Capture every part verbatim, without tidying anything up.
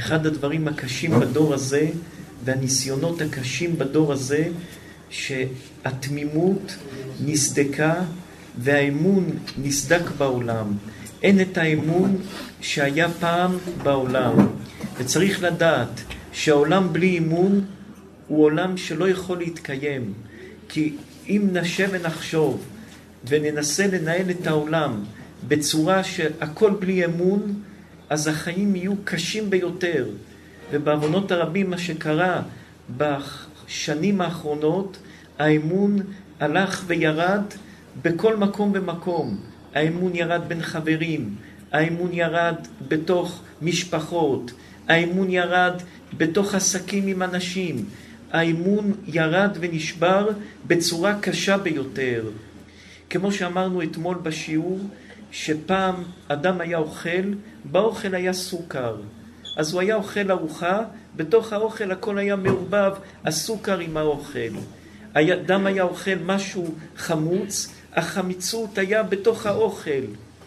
אחד הדברים הקשים בדור הזה, והניסיונות הקשים בדור הזה, שהתמימות נסדקה והאמון נסדק בעולם. אין את האמון שהיה פעם בעולם. וצריך לדעת שהעולם בלי אמון הוא עולם שלא יכול להתקיים. כי אם נשב ונחשוב וננסה לנהל את העולם בצורה שהכל בלי אמון, אז החיים יהיו קשים ביותר. ובעוונות הרבים מה שקרה בשנים האחרונות, האמון הלך וירד בכל מקום ומקום. האמון ירד בין חברים, האמון ירד בתוך משפחות, האמון ירד בתוך עסקים עם אנשים. האמון ירד ונשבר בצורה קשה ביותר. כמו שאמרנו אתמול בשיעור, שפעם אדם היה אוכל, באוכל היה סוכר. אז הוא היה אוכל ארוחה, בתוך האוכל הכל היה מעורבב, הסוכר עם האוכל. אדם היה אוכל משהו חמוץ, החמיצות היה בתוך האוכל.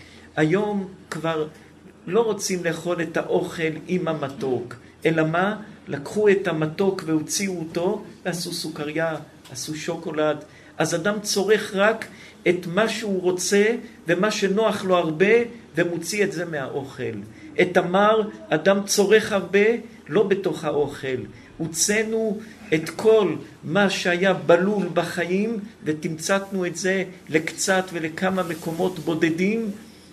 היום כבר לא רוצים לאכול את האוכל עם המתוק, אלא מה? לקחו את המתוק והוציאו אותו, ועשו סוכריה, עשו שוקולד. אז אדם צורך רק את מה שהוא רוצה, ומה שנוח לו הרבה, ומוציא את זה מהאוכל. את המר, אדם צורך הרבה, לא בתוך האוכל. הוצאנו את כל מה שהיה בלול בחיים, ותמצתנו את זה לקצת ולכמה מקומות בודדים,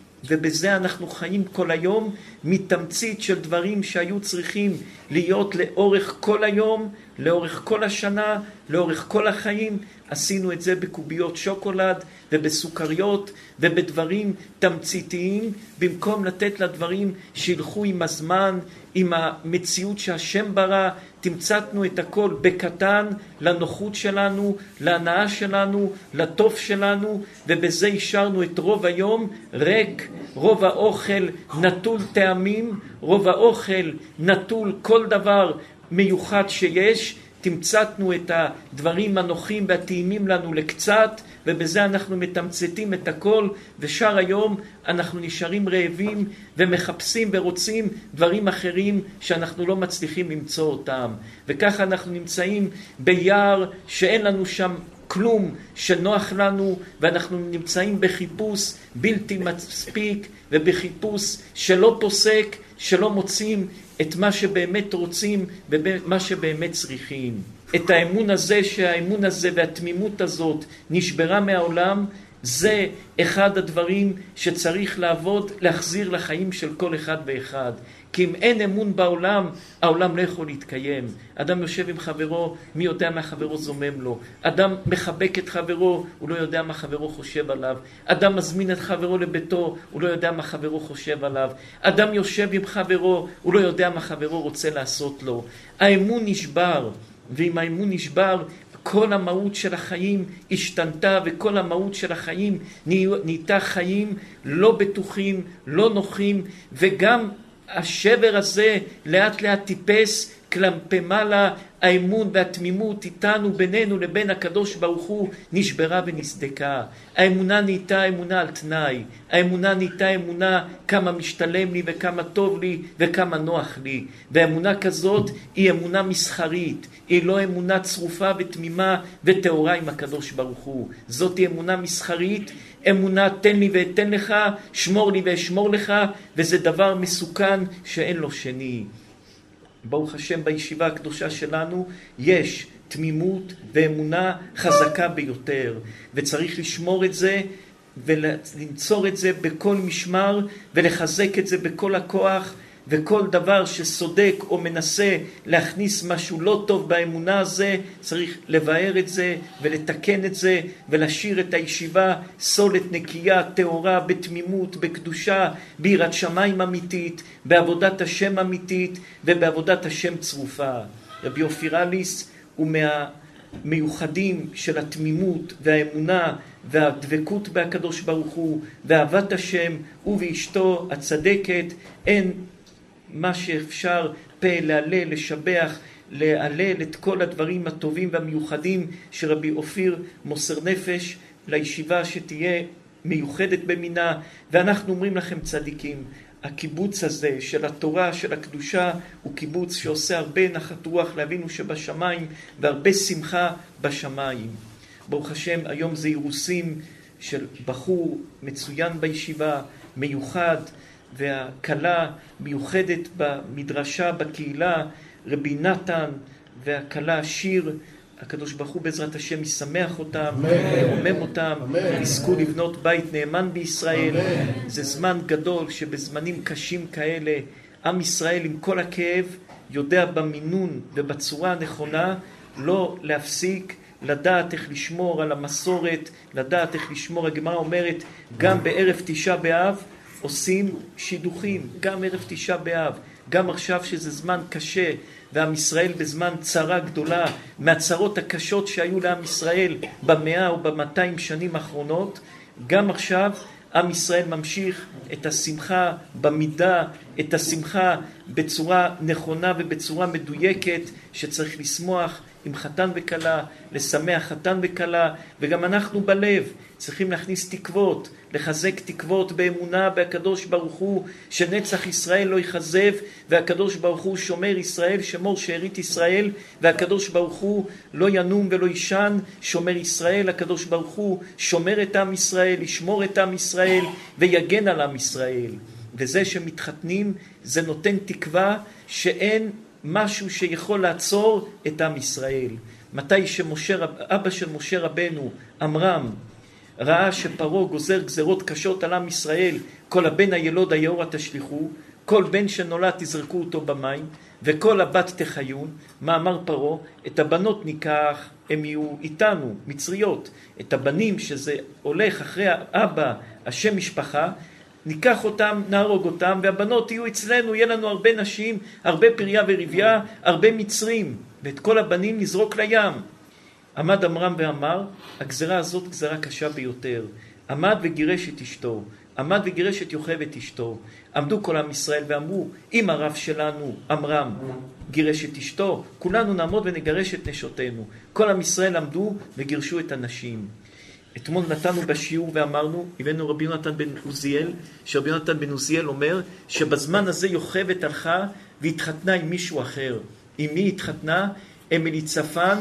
ובזה אנחנו חיים כל היום מתמצית של דברים שהיו צריכים להיות לאורך כל היום, לאורך כל השנה, לאורך כל החיים. עשינו את זה בקוביות שוקולד ובסוכריות ובדברים תמציתיים, במקום לתת לדברים שילכו עם הזמן, עם המציאות שהשם ברא. תמצתנו את הכל בקטן, לנוחות שלנו, להנאה שלנו, לטוב שלנו, ובזה השארנו את רוב היום ריק. רוב האוכל נטול טעמים, רוב האוכל נטול כל דבר מיוחד שיש. תמצתנו את הדברים הנוחים והטעימים לנו לקצת, ובזה אנחנו מתמצתים את הכל, ושאר היום אנחנו נשארים רעבים ומחפשים ורוצים דברים אחרים שאנחנו לא מצליחים למצוא אותם. וככה אנחנו נמצאים ביער שאין לנו שם כלום שנוח לנו, ואנחנו נמצאים בחיפוש בלתי מספיק, ובחיפוש שלא פוסק, שלא מוצאים את מה שבאמת רוצים ומה שבאמת צריכים. את האמון הזה, שהאמון הזה והתמימות הזאת נשברה מהעולם, זה אחד הדברים שצריך לעבוד, להחזיר לחיים של כל אחד ואחד. כי אם אין אמון בעולם, העולם לא יכול להתקיים. אדם יושב עם חברו, מי יודע מה חברו זומם לו. אדם מחבק את חברו, הוא לא יודע מה חברו חושב עליו. אדם מזמין את חברו לביתו, הוא לא יודע מה חברו חושב עליו. אדם יושב עם חברו, הוא לא יודע מה חברו רוצה לעשות לו. האמון נשבר, ואם האמון נשבר, כל המהות של החיים השתנתה, וכל המהות של החיים נהייתה חיים לא בטוחים, לא נוחים, וגם השבר הזה לאט לאט טיפס כלפי מעלה. האמון והתמימות איתנו, בינינו לבין הקדוש ברוך הוא, נשברה ונסדקה. האמונה נהייתה אמונה על תנאי. האמונה נהייתה אמונה כמה משתלם לי וכמה טוב לי וכמה נוח לי. ואמונה כזאת היא אמונה מסחרית. היא לא אמונה צרופה ותמימה וטהורה עם הקדוש ברוך הוא. זאת היא אמונה מסחרית. אמונה תן לי ואתן לך, שמור לי ואשמור לך, וזה דבר מסוכן שאין לו שני. ברוך השם, בישיבה הקדושה שלנו יש תמימות ואמונה חזקה ביותר, וצריך לשמור את זה ולנצור את זה בכל משמר, ולחזק את זה בכל הכוח. וכל דבר שסודק או מנסה להכניס משהו לא טוב באמונה הזה, צריך לבאר את זה ולתקן את זה, ולהשאיר את הישיבה סולת נקייה, טהורה, בתמימות, בקדושה, ביראת שמיים אמיתית, בעבודת השם אמיתית, ובעבודת השם צרופה. רבי אופירליס הוא מהמיוחדים של התמימות והאמונה והדבקות בהקדוש ברוך הוא, ואהבת השם, הוא ואשתו הצדקת. אין מה שאפשר פה להלל, לשבח, להלל את כל הדברים הטובים והמיוחדים שרבי אופיר מוסר נפש לישיבה שתהיה מיוחדת במינה. ואנחנו אומרים לכם צדיקים, הקיבוץ הזה של התורה, של הקדושה, הוא קיבוץ שעושה הרבה נחת רוח לאבינו שבשמיים והרבה שמחה בשמיים. ברוך השם, היום זה אירוסים של בחור מצוין בישיבה, מיוחד, והכלה מיוחדת במדרשה, בקהילה, רבי נתן והכלה שיר. הקדוש ברוך הוא בעזרת השם ישמח אותם, ירומם אותם, יזכו לבנות בית נאמן בישראל. זה זמן גדול שבזמנים קשים כאלה, עם ישראל עם כל הכאב יודע במינון ובצורה הנכונה לא להפסיק, לדעת איך לשמור על המסורת, לדעת איך לשמור. הגמרא אומרת, גם בערב תשעה באב עושים שידוכים, גם ערב תשעה באב, גם עכשיו שזה זמן קשה, ועם ישראל בזמן צרה גדולה, מהצרות הקשות שהיו לעם ישראל במאה או במאתיים שנים האחרונות, גם עכשיו עם ישראל ממשיך את השמחה במידה, את השמחה בצורה נכונה ובצורה מדויקת, שצריך לשמוח עם חתן וכלה, לשמח חתן וכלה, וגם אנחנו בלב צריכים להכניס תקוות, לחזק תקוות באמונה בהקדוש ברוך הוא, שנצח ישראל לא יחזב, והקדוש ברוך הוא שומר ישראל, שמור שארית ישראל, והקדוש ברוך הוא לא ינום ולא ישן, שומר ישראל. הקדוש ברוך הוא שומר את עם ישראל, ישמור את עם ישראל ויגן על עם ישראל. וזה שמתחתנים זה נותן תקווה שאין משהו שיכול לעצור את עם ישראל. מתי שמשה, אבא של משה רבנו, עמרם, ראה שפרעה גוזר גזרות קשות על עם ישראל, כל הבן הילוד היאורה תשליכו, כל בן שנולד תזרקו אותו במים, וכל הבת תחיון. מה אמר פרעה? את הבנות ניקח, הם יהיו איתנו, מצריות. את הבנים שזה הולך אחרי האבא, השם משפחה, ניקח אותם, נהרוג אותם, והבנות יהיו אצלנו, יהיה לנו הרבה נשים, הרבה פריה ורבייה, הרבה מצרים, ואת כל הבנים נזרוק לים. עמד עמרם ואמר, הגזרה הזאת גזרה קשה ביותר. עמד וגירש את אשתו, עמד וגירש את יוכבד את אשתו. עמדו כל עם ישראל ואמרו, אם הרב שלנו עמרם גירש את אשתו, כולנו נעמוד ונגרש את נשותינו. כל עם ישראל עמדו וגירשו את הנשים. אתמול נתנו בשיעור ואמרנו, הבאנו רבי יונתן בן עוזיאל, שרבי יונתן בן עוזיאל אומר שבזמן הזה יוכבד הלכה והתחתנה עם מישהו אחר. עם מי התחתנה? עם אליצפן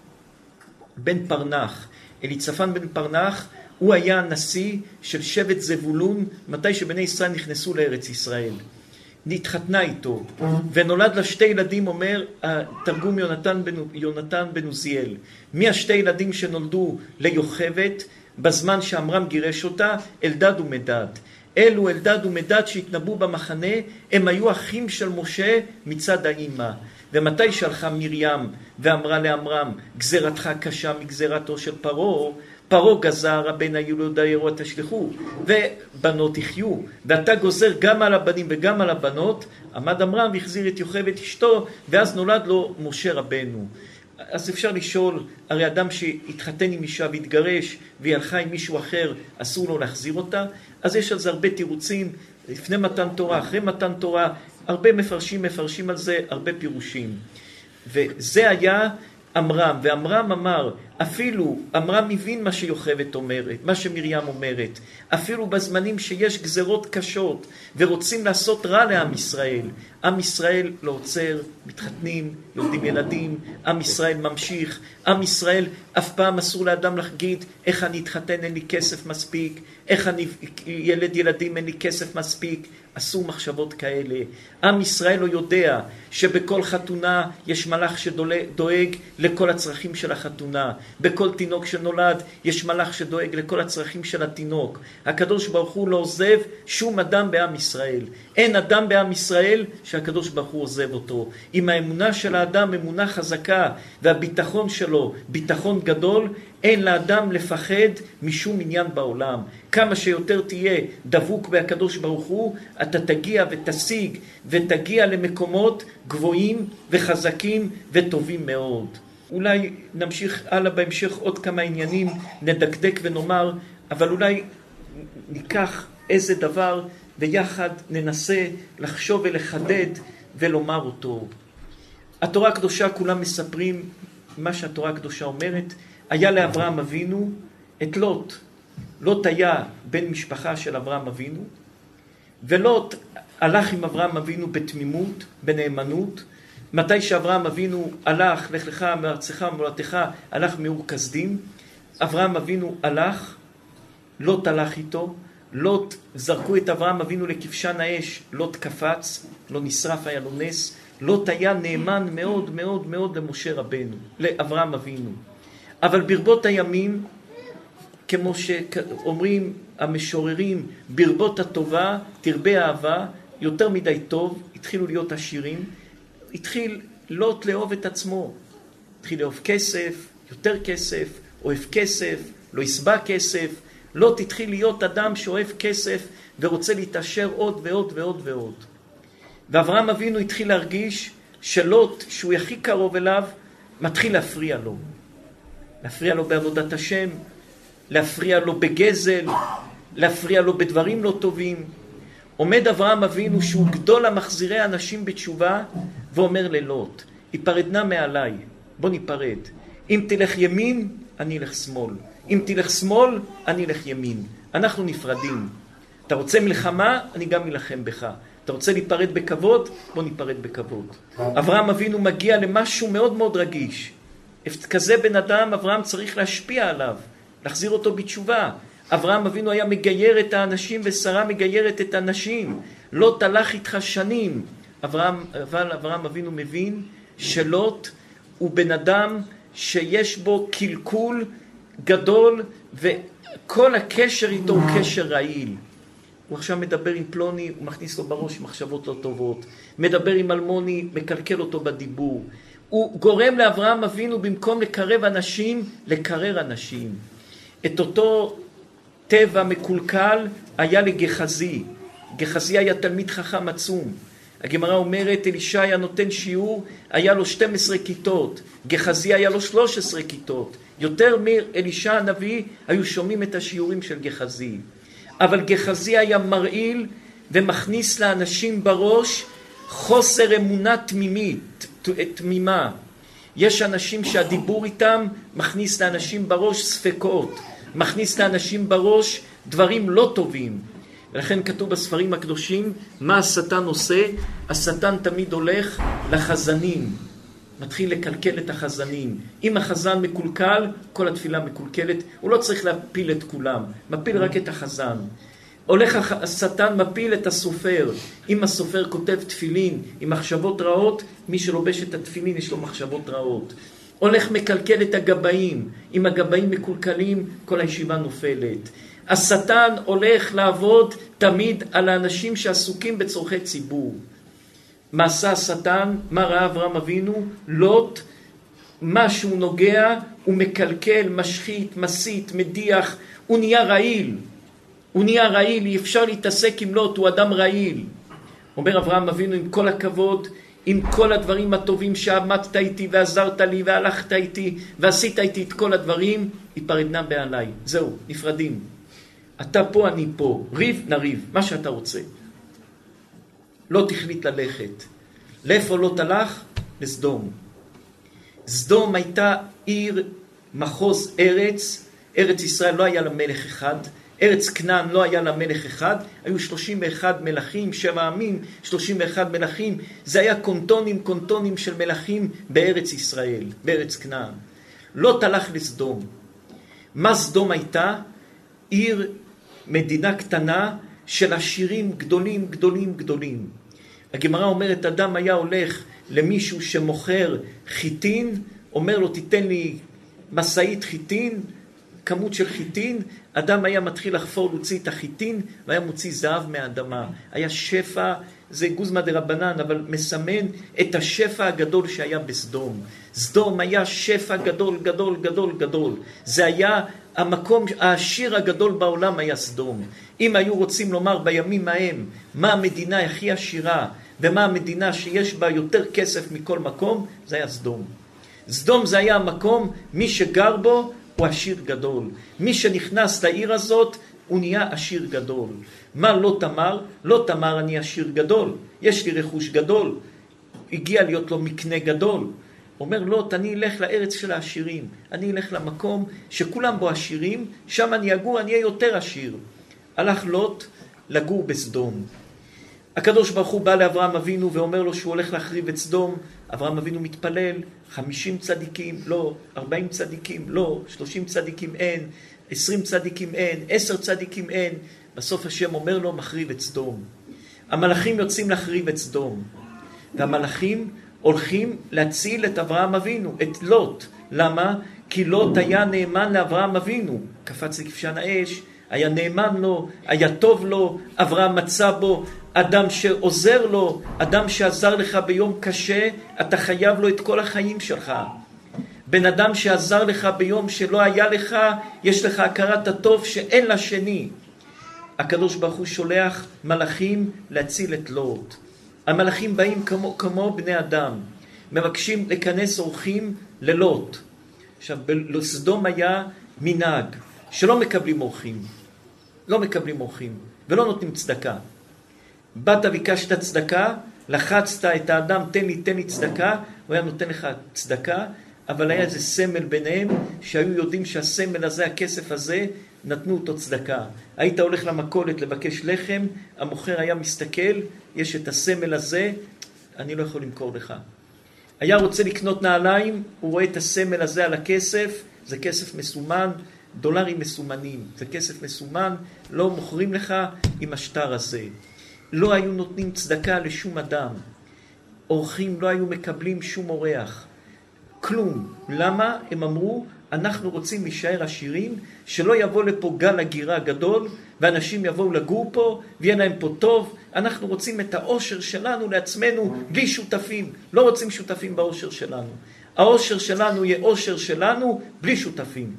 בן פרנח. אליצפן בן פרנח הוא היה הנשיא של שבט זבולון מתי שבני ישראל נכנסו לארץ ישראל. נתחתנה איתו ונולד לה שתי ילדים, אומר התרגום יונתן בן, יונתן בן עוזיאל. מי השתי ילדים שנולדו ליוכבד בזמן שעמרם גירש אותה? אלדד ומדד. אלו אלדד ומדד שהתנבאו במחנה, הם היו אחים של משה מצד האמא. ומתי שהלכה מרים ואמרה לעמרם, גזרתך קשה מגזרתו של פרעה, פרעה גזר, הבן הילוד היאורה תשליכו, ובנות יחיו, ואתה גוזר גם על הבנים וגם על הבנות. עמד עמרם והחזיר את יוכבד אשתו, ואז נולד לו משה רבנו. אז אפשר לשאול, הרי אדם שהתחתן עם אישה והתגרש והיא הלכה עם מישהו אחר, אסור לו להחזיר אותה? אז יש על זה הרבה תירוצים, לפני מתן תורה, אחרי מתן תורה, הרבה מפרשים מפרשים על זה הרבה פירושים. וזה היה עמרם, ועמרם אמר, אפילו עמרם מבין מה שיוכבד אומרת, מה שמרים אומרת, אפילו בזמנים שיש גזרות קשות ורוצים לעשות רע לעם ישראל, עם ישראל לא עוצר, מתחתנים, יולדים ילדים, עם ישראל ממשיך. עם ישראל אף פעם אסור לאדם להגיד, איך אני אתחתן, אין לי כסף מספיק, איך אני ילד ילדים, אין לי כסף מספיק. אסור מחשבות כאלה. עם ישראל לא יודע שבכל חתונה יש מלאך שדואג לכל הצרכים של החתונה. בכל תינוק שנולד יש מלאך שדואג לכל הצרכים של התינוק. הקדוש ברוך הוא לא עוזב שום אדם בעם ישראל. אין אדם בעם ישראל שהקדוש ברוך הוא עוזב אותו. אם האמונה של האדם אמונה חזקה והביטחון שלו ביטחון גדול, אין לאדם לפחד משום עניין בעולם. כמה שיותר תהיה דבוק בהקדוש ברוך הוא, אתה תגיע ותשיג ותגיע למקומות גבוהים וחזקים וטובים מאוד. אולי נמשיך הלאה בהמשך עוד כמה עניינים, נדקדק ונאמר, אבל אולי ניקח איזה דבר ויחד ננסה לחשוב ולחדד ולומר אותו. התורה הקדושה כולם מספרים מה שהתורה הקדושה אומרת. היה לאברהם אבינו את לוט. לוט היה בן משפחה של אברהם אבינו, ולוט הלך עם אברהם אבינו בתמימות, בנאמנות. מתי שאברהם אבינו הלך, לך לך מארצך ומולדתך, הלך מאור כשדים, אברהם אבינו הלך, לוט הלך איתו, לוט, זרקו את אברהם אבינו לכבשן האש, לוט קפץ, לא נשרף, היה לו נס. לוט היה נאמן מאוד מאוד מאוד למשה רבנו, לאברהם אבינו. אבל ברבות הימים, כמו שאומרים המשוררים, ברבות הטובה תרבה אהבה, יותר מדי טוב, התחילו להיות עשירים, התחיל לוט לאהוב את עצמו, התחיל לאהוב כסף, יותר כסף, אוהב כסף, לא יסבע כסף. לוט התחיל להיות אדם שאוהב כסף ורוצה להתעשר עוד ועוד ועוד ועוד. ואברהם אבינו התחיל להרגיש שלוט, שהוא הכי קרוב אליו, מתחיל להפריע לו. להפריע לו בעבודת השם, להפריע לו בגזל, להפריע לו בדברים לא טובים. עומד אברהם אבינו שהוא גדול המחזירי האנשים בתשובה, ואומר ללוט, היפרדנה מעליי, בוא ניפרד. אם תלך ימין, אני אלך שמאל. אם תלך שמאל, אני אלך ימין. אנחנו נפרדים. אתה רוצה מלחמה, אני גם אלחם בך. אתה רוצה להיפרד בכבוד, בוא ניפרד בכבוד. אברהם אבינו מגיע למשהו מאוד מאוד רגיש. כזה בן אדם, אברהם צריך להשפיע עליו, להחזיר אותו בתשובה. אברהם אבינו היה מגייר את האנשים ושרה מגיירת את האנשים. לוט הלך איתך שנים. אברהם, אבל אברהם אבינו מבין שלוט הוא בן אדם שיש בו קלקול גדול, וכל הקשר איתו הוא קשר רעיל. הוא עכשיו מדבר עם פלוני, הוא מכניס לו בראש מחשבות לא טובות. מדבר עם אלמוני, מקלקל אותו בדיבור. הוא גורם לאברהם אבינו במקום לקרב אנשים, לקרר אנשים. את אותו טבע מקולקל היה לגחזי. גחזי היה תלמיד חכם עצום. הגמרא אומרת, אלישע היה נותן שיעור, היה לו שתים עשרה כיתות. גחזי היה לו שלוש עשרה כיתות. יותר מאלישע הנביא היו שומעים את השיעורים של גחזי. אבל גחזי היה מרעיל ומכניס לאנשים בראש חוסר אמונה תמימית, תמימה. יש אנשים שהדיבור איתם מכניס לאנשים בראש ספקות, מכניס לאנשים בראש דברים לא טובים. ולכן כתוב בספרים הקדושים, מה השטן עושה? השטן תמיד הולך לחזנים, מתחיל לקלקל את החזנים. אם החזן מקולקל, כל התפילה מקולקלת, הוא לא צריך להפיל את כולם, מפיל רק את החזן. הולך השטן מפיל את הסופר. אם הסופר כותב תפילין עם מחשבות רעות, מי שלובש את התפילין יש לו מחשבות רעות. הולך מקלקל את הגבאים. אם הגבאים מקולקלים, כל הישיבה נופלת. השטן הולך לעבוד תמיד על האנשים שעסוקים בצורכי ציבור. מה עשה השטן? מה ראה אברהם אבינו? לוט, מה שהוא נוגע, הוא מקלקל, משחית, מסית, מדיח, הוא נהיה רעיל. הוא נהיה רעיל, אי אפשר להתעסק עם לוט, הוא אדם רעיל. אומר אברהם אבינו, עם כל הכבוד, עם כל הדברים הטובים שעמדת איתי ועזרת לי והלכת איתי ועשית איתי את כל הדברים, היפרדנה בעליי. זהו, נפרדים. אתה פה, אני פה. ריב, נריב, מה שאתה רוצה. לא תחליט ללכת. לאיפה לא תלך? לסדום. סדום הייתה עיר, מחוז ארץ. ארץ ישראל לא היה לה מלך אחד. ארץ כנען לא היה לה מלך אחד. היו שלושים ואחד מלכים, שבע עמים, שלושים ואחד מלכים. זה היה קונטונים, קונטונים של מלכים בארץ ישראל, בארץ כנען. לא תלך לסדום. מה סדום הייתה? עיר, מדינה קטנה של עשירים גדולים, גדולים, גדולים. הגמרא אומרת, אדם היה הולך למישהו שמוכר חיטין, אומר לו, תיתן לי מסעית חיטין, כמות של חיטין, אדם היה מתחיל לחפור להוציא את החיטין, והיה מוציא זהב מהאדמה. היה שפע, זה גוזמה דרבנן, אבל מסמן את השפע הגדול שהיה בסדום. סדום היה שפע גדול, גדול, גדול, גדול. זה היה המקום, העשיר הגדול בעולם היה סדום. אם היו רוצים לומר בימים ההם, מה המדינה הכי עשירה, ומה המדינה שיש בה יותר כסף מכל מקום, זה היה סדום. סדום זה היה המקום, מי שגר בו, הוא עשיר גדול. מי שנכנס לעיר הזאת, הוא נהיה עשיר גדול. מה לא תמר? לא תמר אני עשיר גדול. יש לי רכוש גדול. הגיע להיות לו מקנה גדול. אומר לוט, אני אלך לארץ של העשירים. אני אלך למקום שכולם בו עשירים, שם אני אגור, אני אהיה יותר עשיר. הלך לוט לגור בסדום. הקדוש ברוך הוא בא לאברהם אבינו ואומר לו שהוא הולך להחריב את סדום. אברהם אבינו מתפלל, חמישים צדיקים, לא, ארבעים צדיקים, לא, שלושים צדיקים אין, עשרים צדיקים אין, עשר צדיקים אין. בסוף השם אומר לו, מחריב את סדום. המלאכים יוצאים להחריב את סדום. והמלאכים הולכים להציל את אברהם אבינו, את לוט. למה? כי לוט היה נאמן לאברהם אבינו. קפץ לכבשן האש, היה נאמן לו, היה טוב לו, אברהם מצא בו אדם שעוזר לו, אדם שעזר לך ביום קשה, אתה חייב לו את כל החיים שלך. בן אדם שעזר לך ביום שלא היה לך, יש לך הכרת הטוב שאין לה שני. הקדוש ברוך הוא שולח מלאכים להציל את לוט. המלאכים באים כמו, כמו בני אדם, מבקשים לכנס אורחים ללוט. עכשיו, בסדום היה מנהג שלא מקבלים אורחים, לא מקבלים אורחים ולא נותנים צדקה. באת ביקשת צדקה, לחצת את האדם, תן לי, תן לי צדקה, הוא היה נותן לך צדקה, אבל היה איזה סמל ביניהם, שהיו יודעים שהסמל הזה, הכסף הזה, נתנו אותו צדקה. היית הולך למכולת לבקש לחם, המוכר היה מסתכל, יש את הסמל הזה, אני לא יכול למכור לך. היה רוצה לקנות נעליים, הוא רואה את הסמל הזה על הכסף, זה כסף מסומן, דולרים מסומנים, זה כסף מסומן, לא מוכרים לך עם השטר הזה. לא היו נותנים צדקה לשום אדם. אורחים לא היו מקבלים שום אורח. כלום. למה? הם אמרו, אנחנו רוצים להישאר עשירים, שלא יבוא לפה גל הגירה גדול, ואנשים יבואו לגור פה, ויהיה להם פה טוב. אנחנו רוצים את האושר שלנו לעצמנו, בלי שותפים. לא רוצים שותפים באושר שלנו. האושר שלנו יהיה אושר שלנו, בלי שותפים.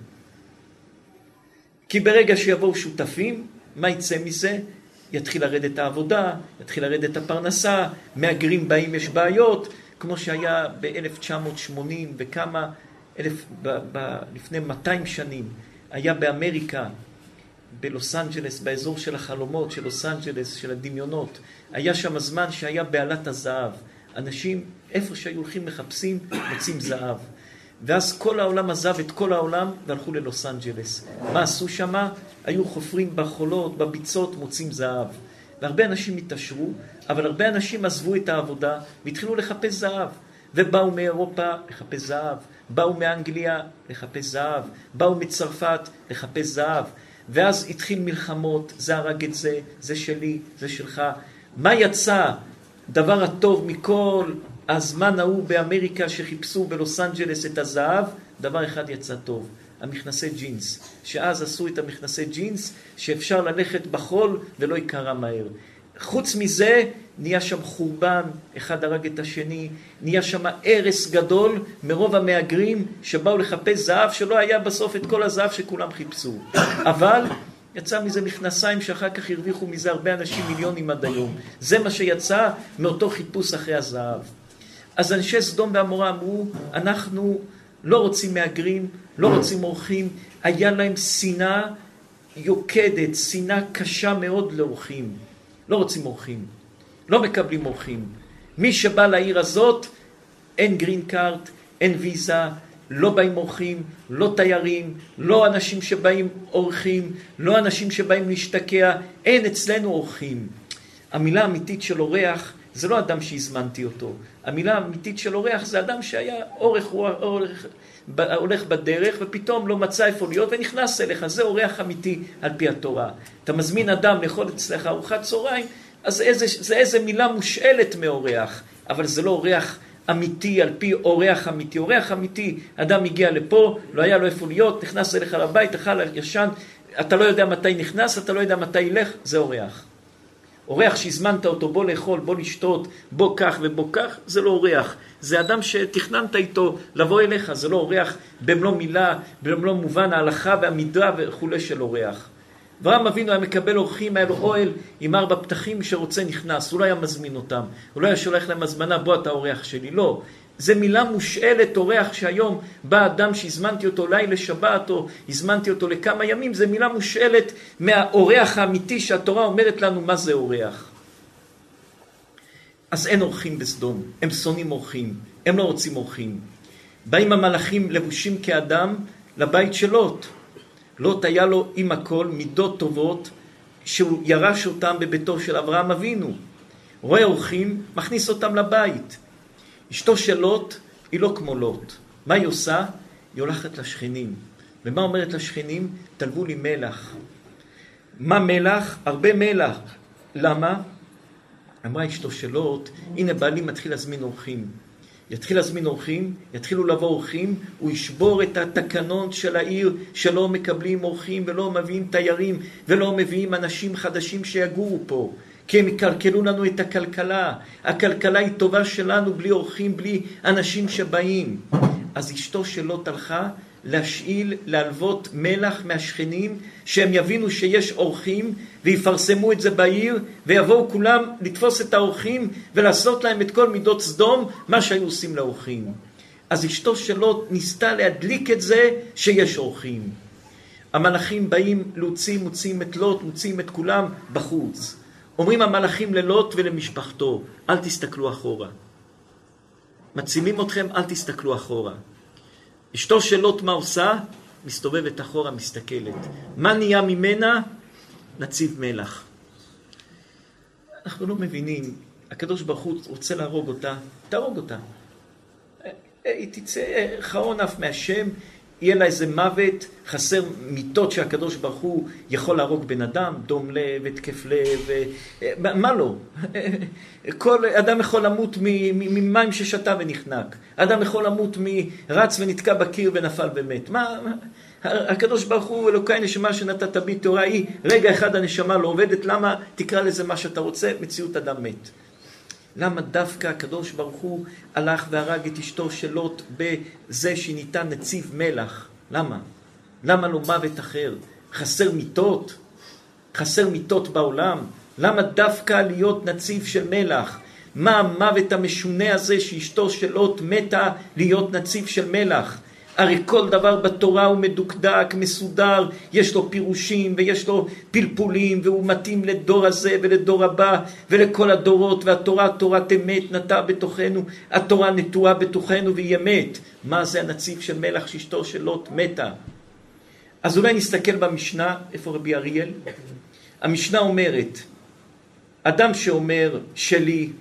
כי ברגע שיבואו שותפים, מה יצא מזה? יתחיל לרדת העבודה, יתחיל לרדת הפרנסה, מהגרים באים יש בעיות, כמו שהיה ב-אלף תשע מאות שמונים וכמה, אלף, ב, ב, לפני מאתיים שנים, היה באמריקה, בלוס אנג'לס, באזור של החלומות, של לוס אנג'לס, של הדמיונות, היה שם הזמן שהיה בעלת הזהב. אנשים, איפה שהיו הולכים מחפשים, מוצאים זהב. ואז כל העולם עזב את כל העולם והלכו ללוס אנג'לס. מה עשו שם? היו חופרים בחולות, בביצות, מוצאים זהב. והרבה אנשים התעשרו, אבל הרבה אנשים עזבו את העבודה והתחילו לחפש זהב. ובאו מאירופה לחפש זהב, באו מאנגליה לחפש זהב, באו מצרפת לחפש זהב. ואז התחיל מלחמות, זה הרג את זה, זה שלי, זה שלך. מה יצא? דבר הטוב מכל הזמן ההוא באמריקה שחיפשו בלוס אנג'לס את הזהב, דבר אחד יצא טוב, המכנסי ג'ינס. שאז עשו את המכנסי ג'ינס שאפשר ללכת בחול ולא יקרה מהר. חוץ מזה נהיה שם חורבן, אחד הרג את השני, נהיה שם הרס גדול מרוב המהגרים שבאו לחפש זהב שלא היה בסוף את כל הזהב שכולם חיפשו. אבל יצא מזה מכנסיים שאחר כך הרוויחו מזה הרבה אנשים מיליונים עד היום. זה מה שיצא מאותו חיפוש אחרי הזהב. אז אנשי סדום ועמורה אמרו, אנחנו לא רוצים מהגרים, לא רוצים אורחים. היה להם שנאה יוקדת, שנאה קשה מאוד לאורחים. לא רוצים אורחים, לא מקבלים אורחים. מי שבא לעיר הזאת, אין גרין קארט, אין ויזה, לא באים אורחים, לא תיירים, לא אנשים שבאים אורחים, לא אנשים שבאים להשתקע, אין אצלנו אורחים. המילה האמיתית של אורח זה לא אדם שהזמנתי אותו. המילה האמיתית של אורח זה אדם שהיה אורך, אורך, הולך בדרך ופתאום לא מצא איפה להיות ונכנס אליך. זה אורח אמיתי על פי התורה. אתה מזמין אדם לאכול אצלך ארוחת צהריים, אז איזה, זה איזה מילה מושאלת מאורח, אבל זה לא אורח אמיתי על פי אורח אמיתי. אורח אמיתי, אדם הגיע לפה, לא היה לו איפה להיות, נכנס אליך לבית, אכל ישן, אתה לא יודע מתי נכנס, אתה לא יודע מתי ילך, זה אורח. אורח שהזמנת אותו, בוא לאכול, בוא לשתות, בוא כך ובוא כך, זה לא אורח. זה אדם שתכננת איתו לבוא אליך, זה לא אורח במלוא מילה, במלוא מובן ההלכה והמידה וכו' של אורח. אברהם אבינו היה מקבל אורחים, היה לו אוהל עם ארבע פתחים שרוצה נכנס, הוא לא היה מזמין אותם, הוא לא היה שולח להם הזמנה, בוא אתה אורח שלי, לא. זה מילה מושאלת, אורח, שהיום בא אדם שהזמנתי אותו אולי לשבת או הזמנתי אותו לכמה ימים, זה מילה מושאלת מהאורח האמיתי שהתורה אומרת לנו מה זה אורח. אז אין אורחים בסדום, הם שונאים אורחים, הם לא רוצים אורחים. באים המלאכים לבושים כאדם לבית של לוט. לוט היה לו עם הכל מידות טובות שהוא ירש אותם בביתו של אברהם אבינו. רואה אורחים, מכניס אותם לבית. אשתו של לוט היא לא כמו לוט. מה היא עושה? היא הולכת לשכנים. ומה אומרת לשכנים? תלבו לי מלח. מה מלח? הרבה מלח. למה? אמרה אשתו של לוט, הנה בעלי מתחיל להזמין אורחים. יתחיל להזמין אורחים, יתחילו לבוא אורחים, הוא ישבור את התקנון של העיר שלא מקבלים אורחים ולא מביאים תיירים ולא מביאים אנשים חדשים שיגורו פה. כי הם יקלקלו לנו את הכלכלה. הכלכלה היא טובה שלנו בלי אורחים, בלי אנשים שבאים. אז אשתו של לוט הלכה להשאיל, להלוות מלח מהשכנים, שהם יבינו שיש אורחים ויפרסמו את זה בעיר, ויבואו כולם לתפוס את האורחים ולעשות להם את כל מידות סדום, מה שהיו עושים לאורחים. אז אשתו של לוט ניסתה להדליק את זה שיש אורחים. המלאכים באים להוציא, מוציאים את לוט, מוציאים את כולם בחוץ. אומרים המלאכים ללוט ולמשפחתו, אל תסתכלו אחורה. מצילים אתכם, אל תסתכלו אחורה. אשתו של לוט מה עושה? מסתובבת אחורה, מסתכלת. מה נהיה ממנה? נציב מלח. אנחנו לא מבינים, הקדוש ברוך הוא רוצה להרוג אותה, תהרוג אותה. היא תצא חרון אף מהשם, יהיה לה איזה מוות, חסר מיטות שהקדוש ברוך הוא יכול להרוג בן אדם, דום לב, התקף לב, מה לא? כל אדם יכול למות ממים ששתה ונחנק. אדם יכול למות מרץ ונתקע בקיר ונפל ומת. מה? הקדוש ברוך הוא אלוקי נשמה שנתת בי תורה היא, רגע אחד הנשמה לא עובדת, למה? תקרא לזה מה שאתה רוצה, מציאות אדם מת. למה דווקא הקדוש ברוך הוא הלך והרג את אשתו של לוט בזה שניתן נציב מלח? למה? למה לא מוות אחר? חסר מיטות? חסר מיטות בעולם? למה דווקא להיות נציב של מלח? מה המוות המשונה הזה שאשתו של לוט מתה להיות נציב של מלח? הרי כל דבר בתורה הוא מדוקדק, מסודר, יש לו פירושים ויש לו פלפולים, והוא מתאים לדור הזה ולדור הבא ולכל הדורות, והתורה תורת אמת נטעה בתוכנו, התורה נטועה בתוכנו והיא אמת. מה זה הנציב של מלח שאשתו של לוט מתה? אז אולי נסתכל במשנה, איפה רבי אריאל? המשנה אומרת, אדם שאומר שלי,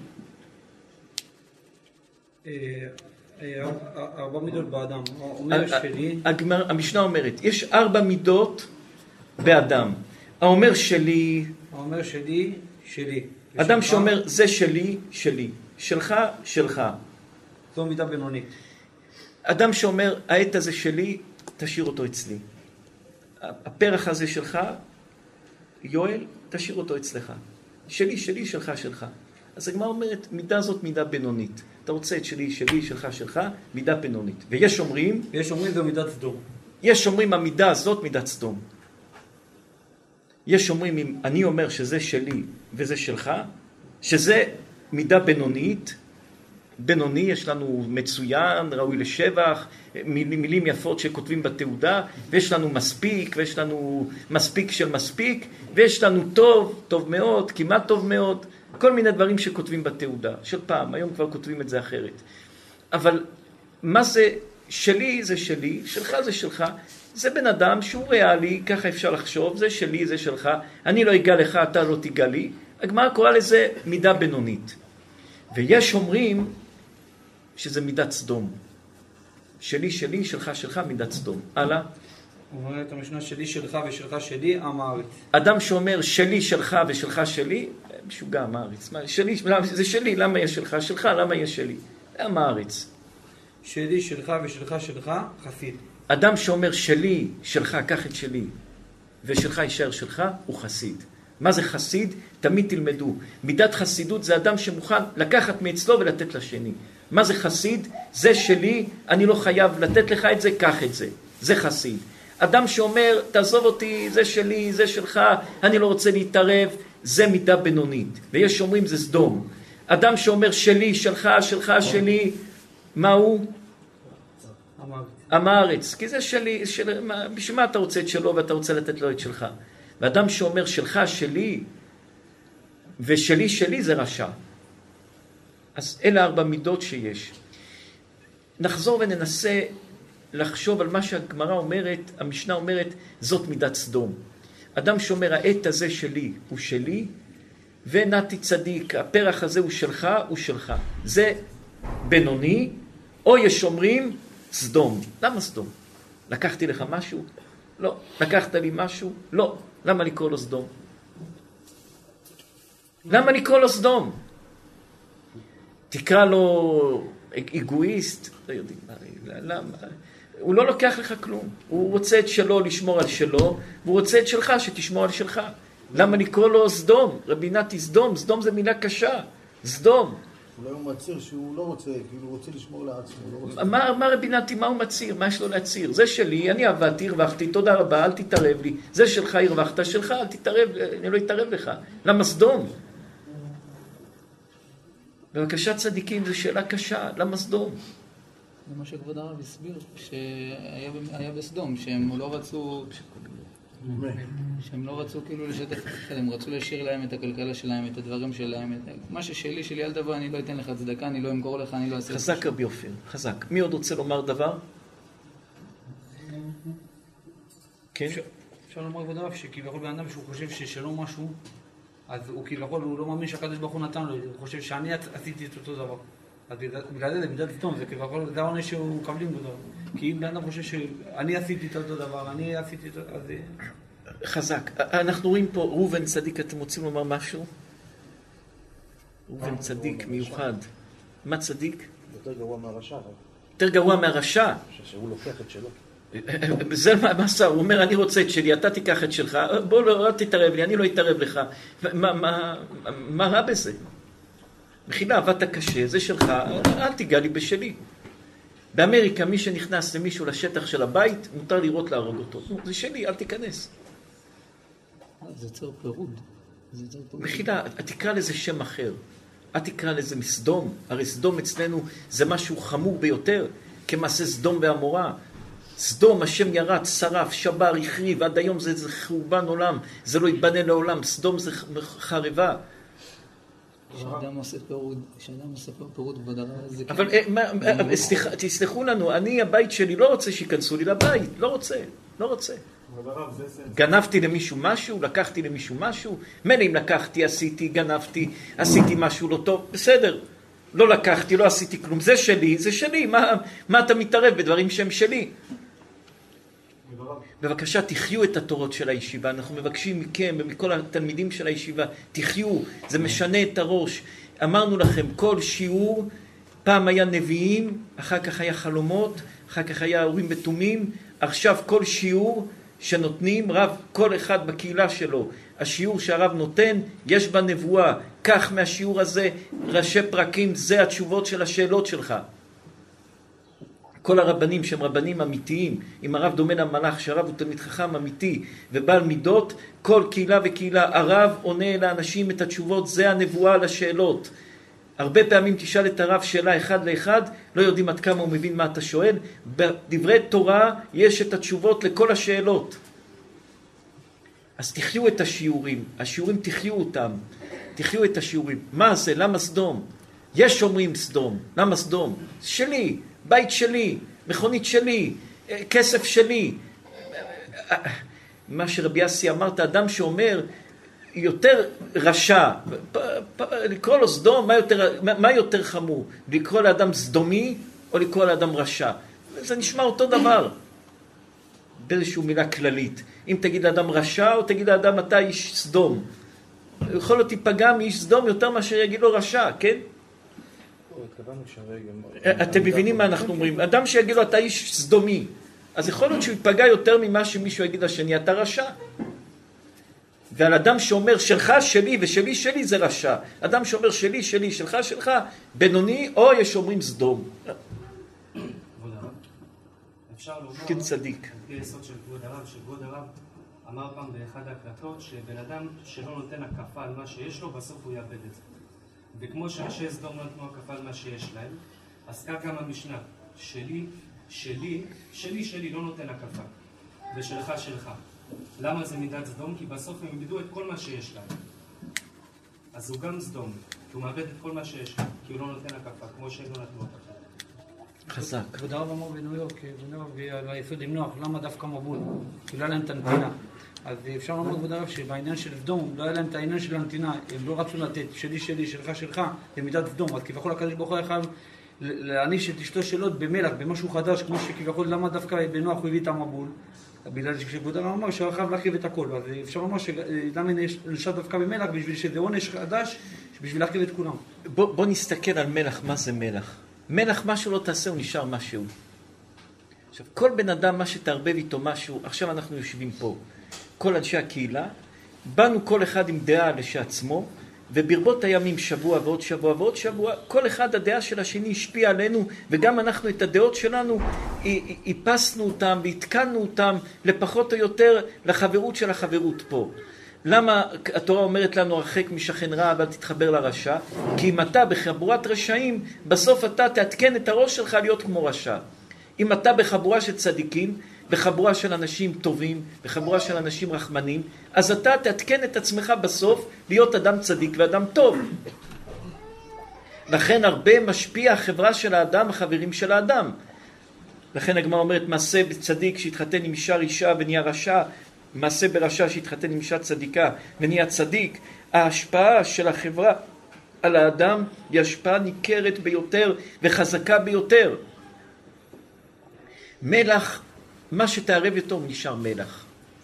ארבע מידות באדם, אומר שלי. המשנה אומרת, יש ארבע מידות באדם. האומר שלי, האומר שלי, שלי. אדם שאומר זה שלי, שלי. שלך, שלך. זו מידה בינונית. אדם שאומר העת הזה שלי, תשאיר אותו אצלי. הפרח הזה שלך, יואל, תשאיר אותו אצלך. שלי, שלי, שלך, שלך. אז הגמרא אומרת, מידה זאת מידה בינונית. אתה רוצה את שלי, שלי, שלך, שלך, מידה בינונית. ויש אומרים... יש אומרים זו מידת סדום. יש אומרים, המידה הזאת מידת סדום. יש אומרים, אם אני אומר שזה שלי וזה שלך, שזה מידה בינונית, בינוני, יש לנו מצוין, ראוי לשבח, מילים, מילים יפות שכותבים בתעודה, ויש לנו מספיק, ויש לנו מספיק של מספיק, ויש לנו טוב, טוב מאוד, כמעט טוב מאוד, כל מיני דברים שכותבים בתעודה, של פעם, היום כבר כותבים את זה אחרת. אבל מה זה שלי זה שלי, שלך זה שלך, זה בן אדם שהוא ריאלי, ככה אפשר לחשוב, זה שלי, זה שלך, אני לא אגע לך, אתה לא תיגע לי, הגמרא קורא לזה מידה בינונית. ויש אומרים שזה מידת סדום. שלי, שלי, שלך, שלך, מידת סדום. הלאה. הוא אומר את המשנה שלי, שלך ושלך שלי, עם הארץ. אדם שאומר שלי, שלך ושלך שלי, משוגע, עם הארץ. שלי, זה שלי, למה יש שלך? שלך, למה יש שלי? עם הארץ. שלי, שלך ושלך שלך, חסיד. אדם שאומר שלי, שלך, קח את שלי, ושלך יישאר שלך, הוא חסיד. מה זה חסיד? תמיד תלמדו. מידת חסידות זה אדם שמוכן לקחת מאצלו ולתת לשני. מה זה חסיד? זה שלי, אני לא חייב לתת לך את זה, קח את זה. זה חסיד. אדם שאומר, תעזוב אותי, זה שלי, זה שלך, אני לא רוצה להתערב, זה מידה בינונית. ויש שאומרים, זה סדום. אדם שאומר שלי, שלך, שלך, שלי, מה הוא? עם הארץ. כי זה שלי, של... בשביל מה אתה רוצה את שלו ואתה רוצה לתת לו את שלך? ואדם שאומר שלך, שלי, ושלי, שלי, זה רשע. אז אלה ארבע מידות שיש. נחזור וננסה לחשוב על מה שהגמרא אומרת, המשנה אומרת, זאת מידת סדום. אדם שאומר, העת הזה שלי הוא שלי, ונתי צדיק, הפרח הזה הוא שלך, הוא שלך. זה בינוני, או יש אומרים סדום. למה סדום? לקחתי לך משהו? לא. לקחת לי משהו? לא. למה לקרוא לו סדום? למה לקרוא לו סדום? תקרא לו אגואיסט? לא יודעים. למה? הוא לא לוקח לך כלום. הוא רוצה את שלו לשמור על שלו, והוא רוצה את שלך שתשמור על שלך. למה לקרוא לו סדום? רבי נתי סדום. סדום זה מילה קשה. סדום. אולי הוא מצהיר שהוא לא רוצה, כאילו הוא רוצה לשמור לעצמו. לא רוצה... מה, מה רבי נתי, מה הוא מצהיר? מה יש לו להצהיר? זה שלי, אני עבדתי, הרווחתי, תודה רבה, אל תתערב לי. זה שלך, הרווחת, שלך, אל תתערב, אני לא אתערב לך. למה סדום? בבקשה צדיקים, זו שאלה קשה. למה סדום? זה מה שכבוד הרב הסביר, שהיה בסדום, שהם לא רצו... שהם לא רצו כאילו לשתף אחד, הם רצו להשאיר להם את הכלכלה שלהם, את הדברים שלהם, את... מה ששלי, שלי אל תבוא, אני לא אתן לך צדקה, אני לא אמכור לך, אני לא אעשה... חזק רבי אופיר, חזק. מי עוד רוצה לומר דבר? כן? אפשר לומר כבוד הרב שכביכול בן אדם שהוא חושב ששלו משהו, אז הוא כביכול, הוא לא מאמין שהקדוש ברוך הוא נתן לו, הוא חושב שאני עשיתי את אותו דבר. אז בגלל זה, בגלל סדום, זה כביכול, זה העונש שהוא מקבלים בו. כי אם בן אדם חושב שאני עשיתי את אותו דבר, אני עשיתי את אותו, אז... חזק. אנחנו רואים פה ראובן צדיק, אתם רוצים לומר משהו? ראובן צדיק מיוחד. מה צדיק? יותר גרוע מהרשע. יותר גרוע מהרשע. שהוא לוקח את שלו. זה מה עשה, הוא אומר אני רוצה את שלי, אתה תיקח את שלך, בוא לא תתערב לי, אני לא אתערב לך. מה, מה, מה רע בזה? מחילה, עבדת קשה, זה שלך, אל תיגע לי בשלי. באמריקה מי שנכנס למישהו לשטח של הבית, מותר לראות להרוג אותו. זה שלי, אל תיכנס. זה יוצר פירוד. מחילה, תקרא לזה שם אחר. אל תקרא לזה מסדום. הרי סדום אצלנו זה משהו חמור ביותר, כמעשה סדום ועמורה. סדום, השם ירד, שרף, שבר, החריב, עד היום זה, זה חורבן עולם, זה לא יתבנה לעולם, סדום זה חרבה. כשאדם עושה פירוד, כשאדם עושה פירוד כבוד הרב, זה כן. אבל תסלחו לנו, אני הבית שלי לא רוצה שיכנסו לי לבית, לא רוצה, לא רוצה. גנבתי למישהו משהו, לקחתי למישהו משהו, מילא אם לקחתי, עשיתי, גנבתי, עשיתי משהו לא טוב, בסדר. לא לקחתי, לא עשיתי כלום, זה שלי, זה שלי, מה, מה אתה מתערב בדברים שהם שלי? בבקשה, תחיו את התורות של הישיבה, אנחנו מבקשים מכם ומכל התלמידים של הישיבה, תחיו, זה משנה את הראש. אמרנו לכם, כל שיעור, פעם היה נביאים, אחר כך היה חלומות, אחר כך היה אורים ותומים, עכשיו כל שיעור שנותנים, רב, כל אחד בקהילה שלו, השיעור שהרב נותן, יש בה נבואה, כך מהשיעור הזה, ראשי פרקים, זה התשובות של השאלות שלך. כל הרבנים שהם רבנים אמיתיים, אם הרב דומה למלאך, שהרב הוא תלמיד חכם אמיתי ובעל מידות, כל קהילה וקהילה, הרב עונה לאנשים את התשובות, זה הנבואה לשאלות. הרבה פעמים תשאל את הרב שאלה אחד לאחד, לא יודעים עד כמה הוא מבין מה אתה שואל, בדברי תורה יש את התשובות לכל השאלות. אז תחיו את השיעורים, השיעורים תחיו אותם, תחיו את השיעורים. מה זה? למה סדום? יש אומרים סדום, למה סדום? שלי, בית שלי, מכונית שלי, כסף שלי. מה שרבי יאסי אמרת, אדם שאומר יותר רשע, לקרוא לו סדום, מה יותר, מה יותר חמור? לקרוא לאדם סדומי או לקרוא לאדם רשע? זה נשמע אותו דבר, באיזושהי מילה כללית. אם תגיד לאדם רשע או תגיד לאדם אתה איש סדום. יכול להיות תיפגע מאיש סדום יותר מאשר יגיד לו רשע, כן? אתם מבינים מה אנחנו אומרים? אדם שיגיד לו אתה איש סדומי, אז יכול להיות שהוא ייפגע יותר ממה שמישהו יגיד לשני אתה רשע. ועל אדם שאומר שלך שלי ושלי שלי זה רשע. אדם שאומר שלי שלי שלך שלך בינוני, או יש אומרים סדום. אפשר לומר, כן צדיק. על פי היסוד של כבוד הרב, שכבוד הרב אמר פעם באחד ההקלטות שבן אדם שלא נותן הקפה על מה שיש לו, בסוף הוא יאבד את זה. וכמו שאנשי סדום לא נתנו הקפה על מה שיש להם, אז כך גם המשנה, שלי, שלי, שלי, שלי לא נותן הקפה, ושלך, שלך. למה זה מידת סדום? כי בסוף הם איבדו את כל מה שיש להם. אז הוא גם סדום, כי הוא מאבד את כל מה שיש להם, כי הוא לא נותן הקפה, כמו שהם לא נתנו הקפה. חזק. כבוד הרב אמר בניו יורק, על היסוד עם נוח, למה דווקא מבול? כי לא היה להם את הנתינה. אז אפשר לומר כבוד הרב שבעניין של סדום, לא היה להם את העניין של הנתינה, הם לא רצו לתת שלי שלי, שלך שלך, במידת סדום. אז כביכול הקדוש ברוך הוא היה חייב להעניש את אשתו שלו במלח, במשהו חדש, כמו שכביכול למה דווקא בנוח הוא הביא את המבול? בגלל שכבוד הרב אמר שהוא חייב להרחיב את הכל. אז אפשר לומר שלמה נשאר דווקא במלח, בשביל שזה עונש חדש, בשביל להרחיב את כולם. בוא, בוא נסתכל על מלח, מה זה מלח? מלח, מה שלא תעשה, הוא נשאר משהו. עכשיו, כל בן אדם, מה שתערבב איתו משהו, עכשיו אנחנו יושבים פה, כל אנשי הקהילה, באנו כל אחד עם דעה לשעצמו, וברבות הימים, שבוע ועוד שבוע ועוד שבוע, כל אחד הדעה של השני השפיע עלינו, וגם אנחנו את הדעות שלנו, איפסנו אותם והתקנו אותם לפחות או יותר לחברות של החברות פה. למה התורה אומרת לנו הרחק משכן רע אבל תתחבר לרשע? כי אם אתה בחבורת רשעים, בסוף אתה תעדכן את הראש שלך להיות כמו רשע. אם אתה בחבורה של צדיקים, בחבורה של אנשים טובים, בחבורה של אנשים רחמנים, אז אתה תעדכן את עצמך בסוף להיות אדם צדיק ואדם טוב. לכן הרבה משפיע החברה של האדם, החברים של האדם. לכן הגמרא אומרת, מעשה בצדיק שהתחתן עם אישה אישה ונהיה רשע, מעשה ברשע שהתחתן עם אישה צדיקה ונהיה צדיק. ההשפעה של החברה על האדם היא השפעה ניכרת ביותר וחזקה ביותר. מלח, מה שתערב יותר נשאר מלח.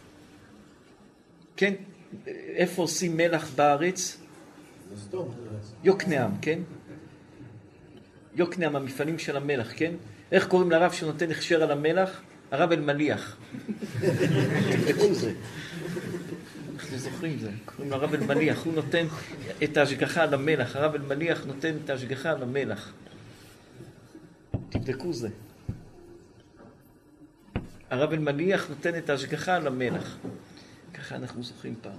כן? איפה עושים מלח בארץ? יוקנעם, כן? יוקנעם, המפעלים של המלח, כן? איך קוראים לרב שנותן הכשר על המלח? הרב אלמליח. תבדקו זה. אנחנו זוכרים זה. קוראים לרב אלמליח. הוא נותן את ההשגחה על המלח. הרב אלמליח נותן את ההשגחה על המלח. תבדקו זה. הרב אלמליח נותן את ההשגחה על המלח. ככה אנחנו זוכרים פעם.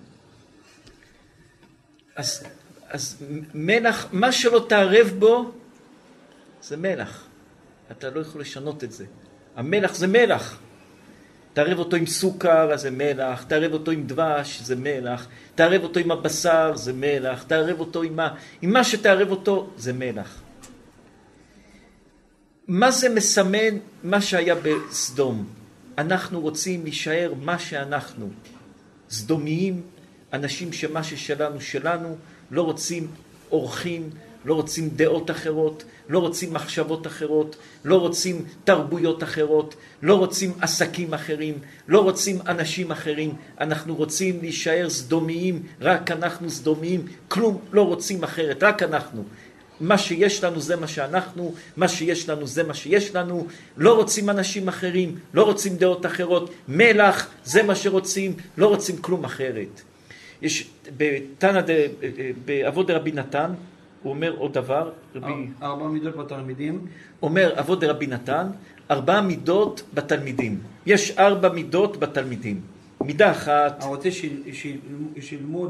אז, אז מלח, מה שלא תערב בו, זה מלח. אתה לא יכול לשנות את זה. המלח זה מלח. תערב אותו עם סוכר, אז זה מלח. תערב אותו עם דבש, זה מלח. תערב אותו עם הבשר, זה מלח. תערב אותו עם מה, עם מה שתערב אותו, זה מלח. מה זה מסמן מה שהיה בסדום? אנחנו רוצים להישאר מה שאנחנו. סדומיים, אנשים שמה ששלנו שלנו, לא רוצים אורחים, לא רוצים דעות אחרות, לא רוצים מחשבות אחרות, לא רוצים תרבויות אחרות, לא רוצים עסקים אחרים, לא רוצים אנשים אחרים. אנחנו רוצים להישאר סדומיים, רק אנחנו סדומיים, כלום לא רוצים אחרת, רק אנחנו. מה שיש לנו זה מה שאנחנו, מה שיש לנו זה מה שיש לנו, לא רוצים אנשים אחרים, לא רוצים דעות אחרות, מלח זה מה שרוצים, לא רוצים כלום אחרת. יש בתנא באבות דרבי נתן, הוא אומר עוד דבר, רבי... ארבע מידות בתלמידים. אומר אבות דרבי נתן, ארבע מידות בתלמידים. יש ארבע מידות בתלמידים. מידה אחת... הרוצה שילמוד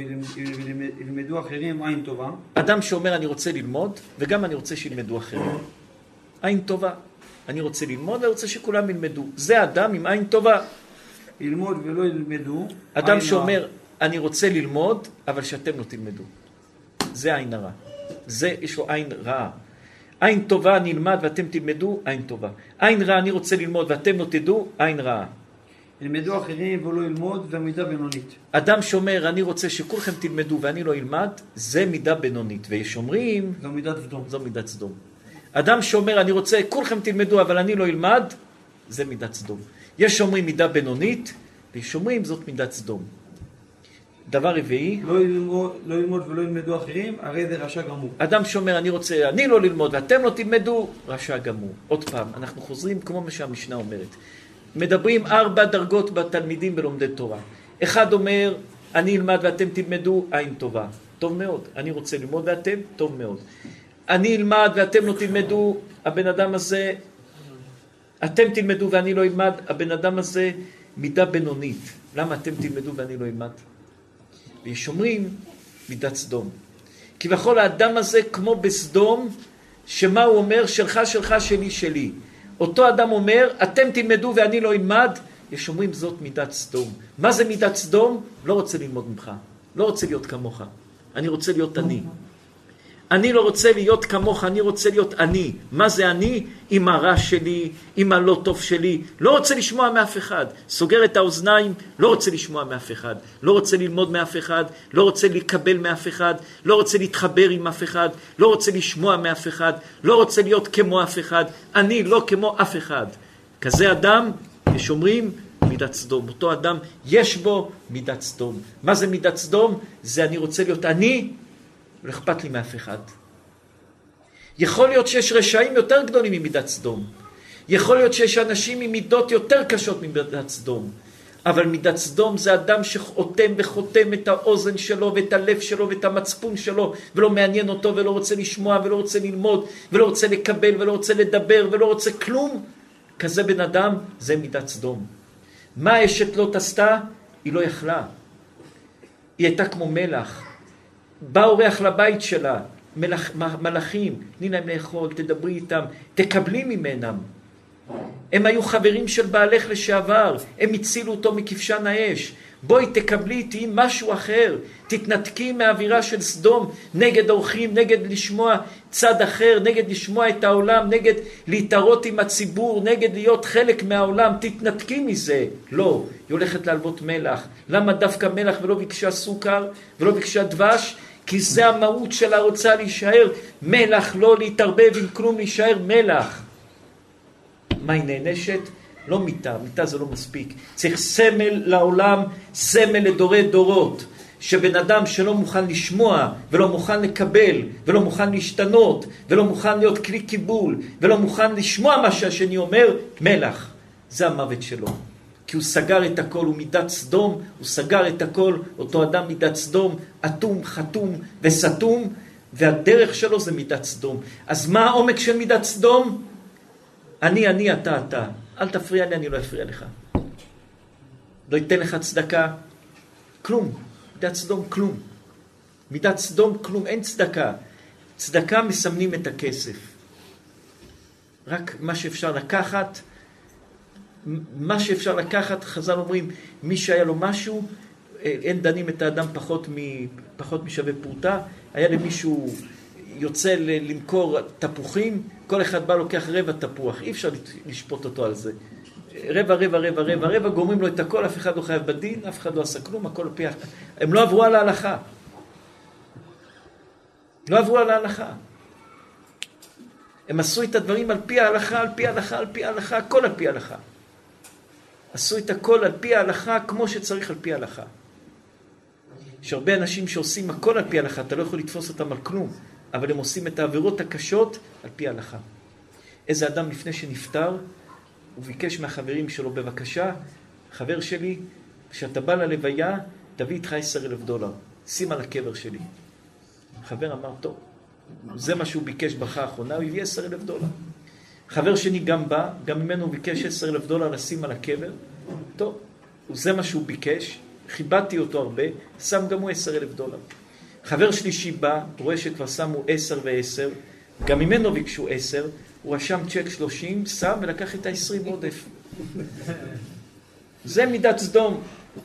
וילמדו אחרים, עין טובה. אדם שאומר אני רוצה ללמוד, וגם אני רוצה שילמדו אחרים. עין טובה. אני רוצה ללמוד ואני רוצה שכולם ילמדו. זה אדם עם עין טובה. ללמוד ולא ילמדו. אדם שאומר אני רוצה ללמוד, אבל שאתם לא תלמדו. זה עין הרע. זה יש לו עין רעה. עין טובה אני אלמד ואתם תלמדו, עין טובה. עין רעה אני רוצה ללמוד ואתם לא תדעו, עין רעה. ילמדו אחרים ולא ילמוד, זה מידה בינונית. אדם שאומר אני רוצה שכולכם תלמדו ואני לא ילמד, זה מידה בינונית. ויש אומרים זו מידת סדום. זו מידת סדום. אדם שאומר אני רוצה כולכם תלמדו אבל אני לא ילמד, זה מידת סדום. יש אומרים מידה בינונית, ויש אומרים זאת מידת סדום. דבר רביעי, לא ילמוד, לא ילמוד ולא ילמדו אחרים, הרי זה רשע גמור. אדם שאומר אני רוצה אני לא ללמוד ואתם לא תלמדו, רשע גמור. עוד פעם, אנחנו חוזרים כמו מה שהמשנה אומרת. מדברים ארבע דרגות בתלמידים בלומדי תורה. אחד אומר אני אלמד ואתם תלמדו, עין טובה. טוב מאוד. אני רוצה ללמוד ואתם, טוב מאוד. אני אלמד ואתם לא תלמדו, הבן אדם הזה, אתם תלמדו ואני לא אלמד, הבן אדם הזה מידה בינונית. למה אתם תלמדו ואני לא אלמד? ויש אומרים מידת סדום. כי בכל האדם הזה כמו בסדום, שמה הוא אומר? שלך שלך שלי שלי. אותו אדם אומר אתם תלמדו ואני לא אלמד, יש אומרים זאת מידת סדום. מה זה מידת סדום? לא רוצה ללמוד ממך, לא רוצה להיות כמוך, אני רוצה להיות אני. אני לא רוצה להיות כמוך, אני רוצה להיות אני. מה זה אני? עם הרע שלי, עם הלא טוב שלי. לא רוצה לשמוע מאף אחד. סוגר את האוזניים, לא רוצה לשמוע מאף אחד. לא רוצה ללמוד מאף אחד, לא רוצה לקבל מאף אחד, לא רוצה להתחבר עם אף אחד, לא רוצה לשמוע מאף אחד, לא רוצה להיות כמו אף אחד. אני לא כמו אף אחד. כזה אדם, יש אומרים, מידת סדום. אותו אדם יש בו מידת סדום. מה זה מידת סדום? זה אני רוצה להיות אני, לא אכפת לי מאף אחד. יכול להיות שיש רשעים יותר גדולים ממידת סדום. יכול להיות שיש אנשים עם מידות יותר קשות ממידת סדום. אבל מידת סדום זה אדם שחותם וחותם את האוזן שלו ואת הלב שלו ואת המצפון שלו, ולא מעניין אותו ולא רוצה לשמוע ולא רוצה ללמוד ולא רוצה לקבל ולא רוצה לדבר ולא רוצה כלום. כזה בן אדם זה מידת סדום. מה אשת לוט עשתה? היא לא יכלה. היא הייתה כמו מלח. בא אורח לבית שלה, מלאכ, מלאכים, תני להם לאכול, תדברי איתם, תקבלי ממנם. הם היו חברים של בעלך לשעבר, הם הצילו אותו מכבשן האש. בואי תקבלי, תהי משהו אחר, תתנתקי מהאווירה של סדום, נגד אורחים, נגד לשמוע צד אחר, נגד לשמוע את העולם, נגד להתערות עם הציבור, נגד להיות חלק מהעולם, תתנתקי מזה. לא, היא הולכת להלוות מלח. למה דווקא מלח ולא ביקשה סוכר ולא ביקשה דבש? כי זה המהות שלה, רוצה להישאר מלח, לא להתערבב עם כלום, להישאר מלח. מה היא נענשת? לא מיטה, מיטה זה לא מספיק. צריך סמל לעולם, סמל לדורי דורות. שבן אדם שלא מוכן לשמוע, ולא מוכן לקבל, ולא מוכן להשתנות, ולא מוכן להיות כלי קיבול, ולא מוכן לשמוע מה שהשני אומר, מלח. זה המוות שלו. כי הוא סגר את הכל, הוא מידת סדום, הוא סגר את הכל, אותו אדם מידת סדום, אטום, חתום וסתום, והדרך שלו זה מידת סדום. אז מה העומק של מידת סדום? אני, אני, אתה, אתה. אל תפריע לי, אני לא אפריע לך. לא ייתן לך צדקה. כלום. מידת סדום, כלום. מידת סדום, כלום. אין צדקה. צדקה מסמנים את הכסף. רק מה שאפשר לקחת, מה שאפשר לקחת, חז"ל אומרים, מי שהיה לו משהו, אין דנים את האדם פחות, מ, פחות משווה פרוטה. היה למישהו יוצא למכור תפוחים, כל אחד בא לוקח רבע תפוח, אי אפשר לשפוט אותו על זה. רבע, רבע, רבע, רבע, רבע, גומרים לו את הכל, אף אחד לא חייב בדין, אף אחד לא עשה כלום, הכל לפי... הם לא עברו על ההלכה. לא עברו על ההלכה. הם עשו את הדברים על פי ההלכה, על פי ההלכה, על פי ההלכה, הכל על פי ההלכה. עשו את הכל על פי ההלכה, כמו שצריך על פי ההלכה. יש הרבה אנשים שעושים הכל על פי ההלכה, אתה לא יכול לתפוס אותם על כלום, אבל הם עושים את העבירות הקשות על פי ההלכה. איזה אדם לפני שנפטר, הוא ביקש מהחברים שלו, בבקשה, חבר שלי, כשאתה בא ללוויה, תביא איתך עשר אלף דולר, שים על הקבר שלי. חבר אמר, טוב, זה מה שהוא ביקש בכה האחרונה, הוא הביא עשר אלף דולר. חבר שני גם בא, גם ממנו הוא ביקש עשר אלף דולר לשים על הקבר. טוב, זה מה שהוא ביקש, חיבדתי אותו הרבה, שם גם הוא עשר אלף דולר. חבר שלישי בא, רואה שכבר שמו עשר ועשר, גם ממנו ביקשו עשר, הוא רשם צ'ק שלושים, שם ולקח את העשרים עודף. זה מידת סדום.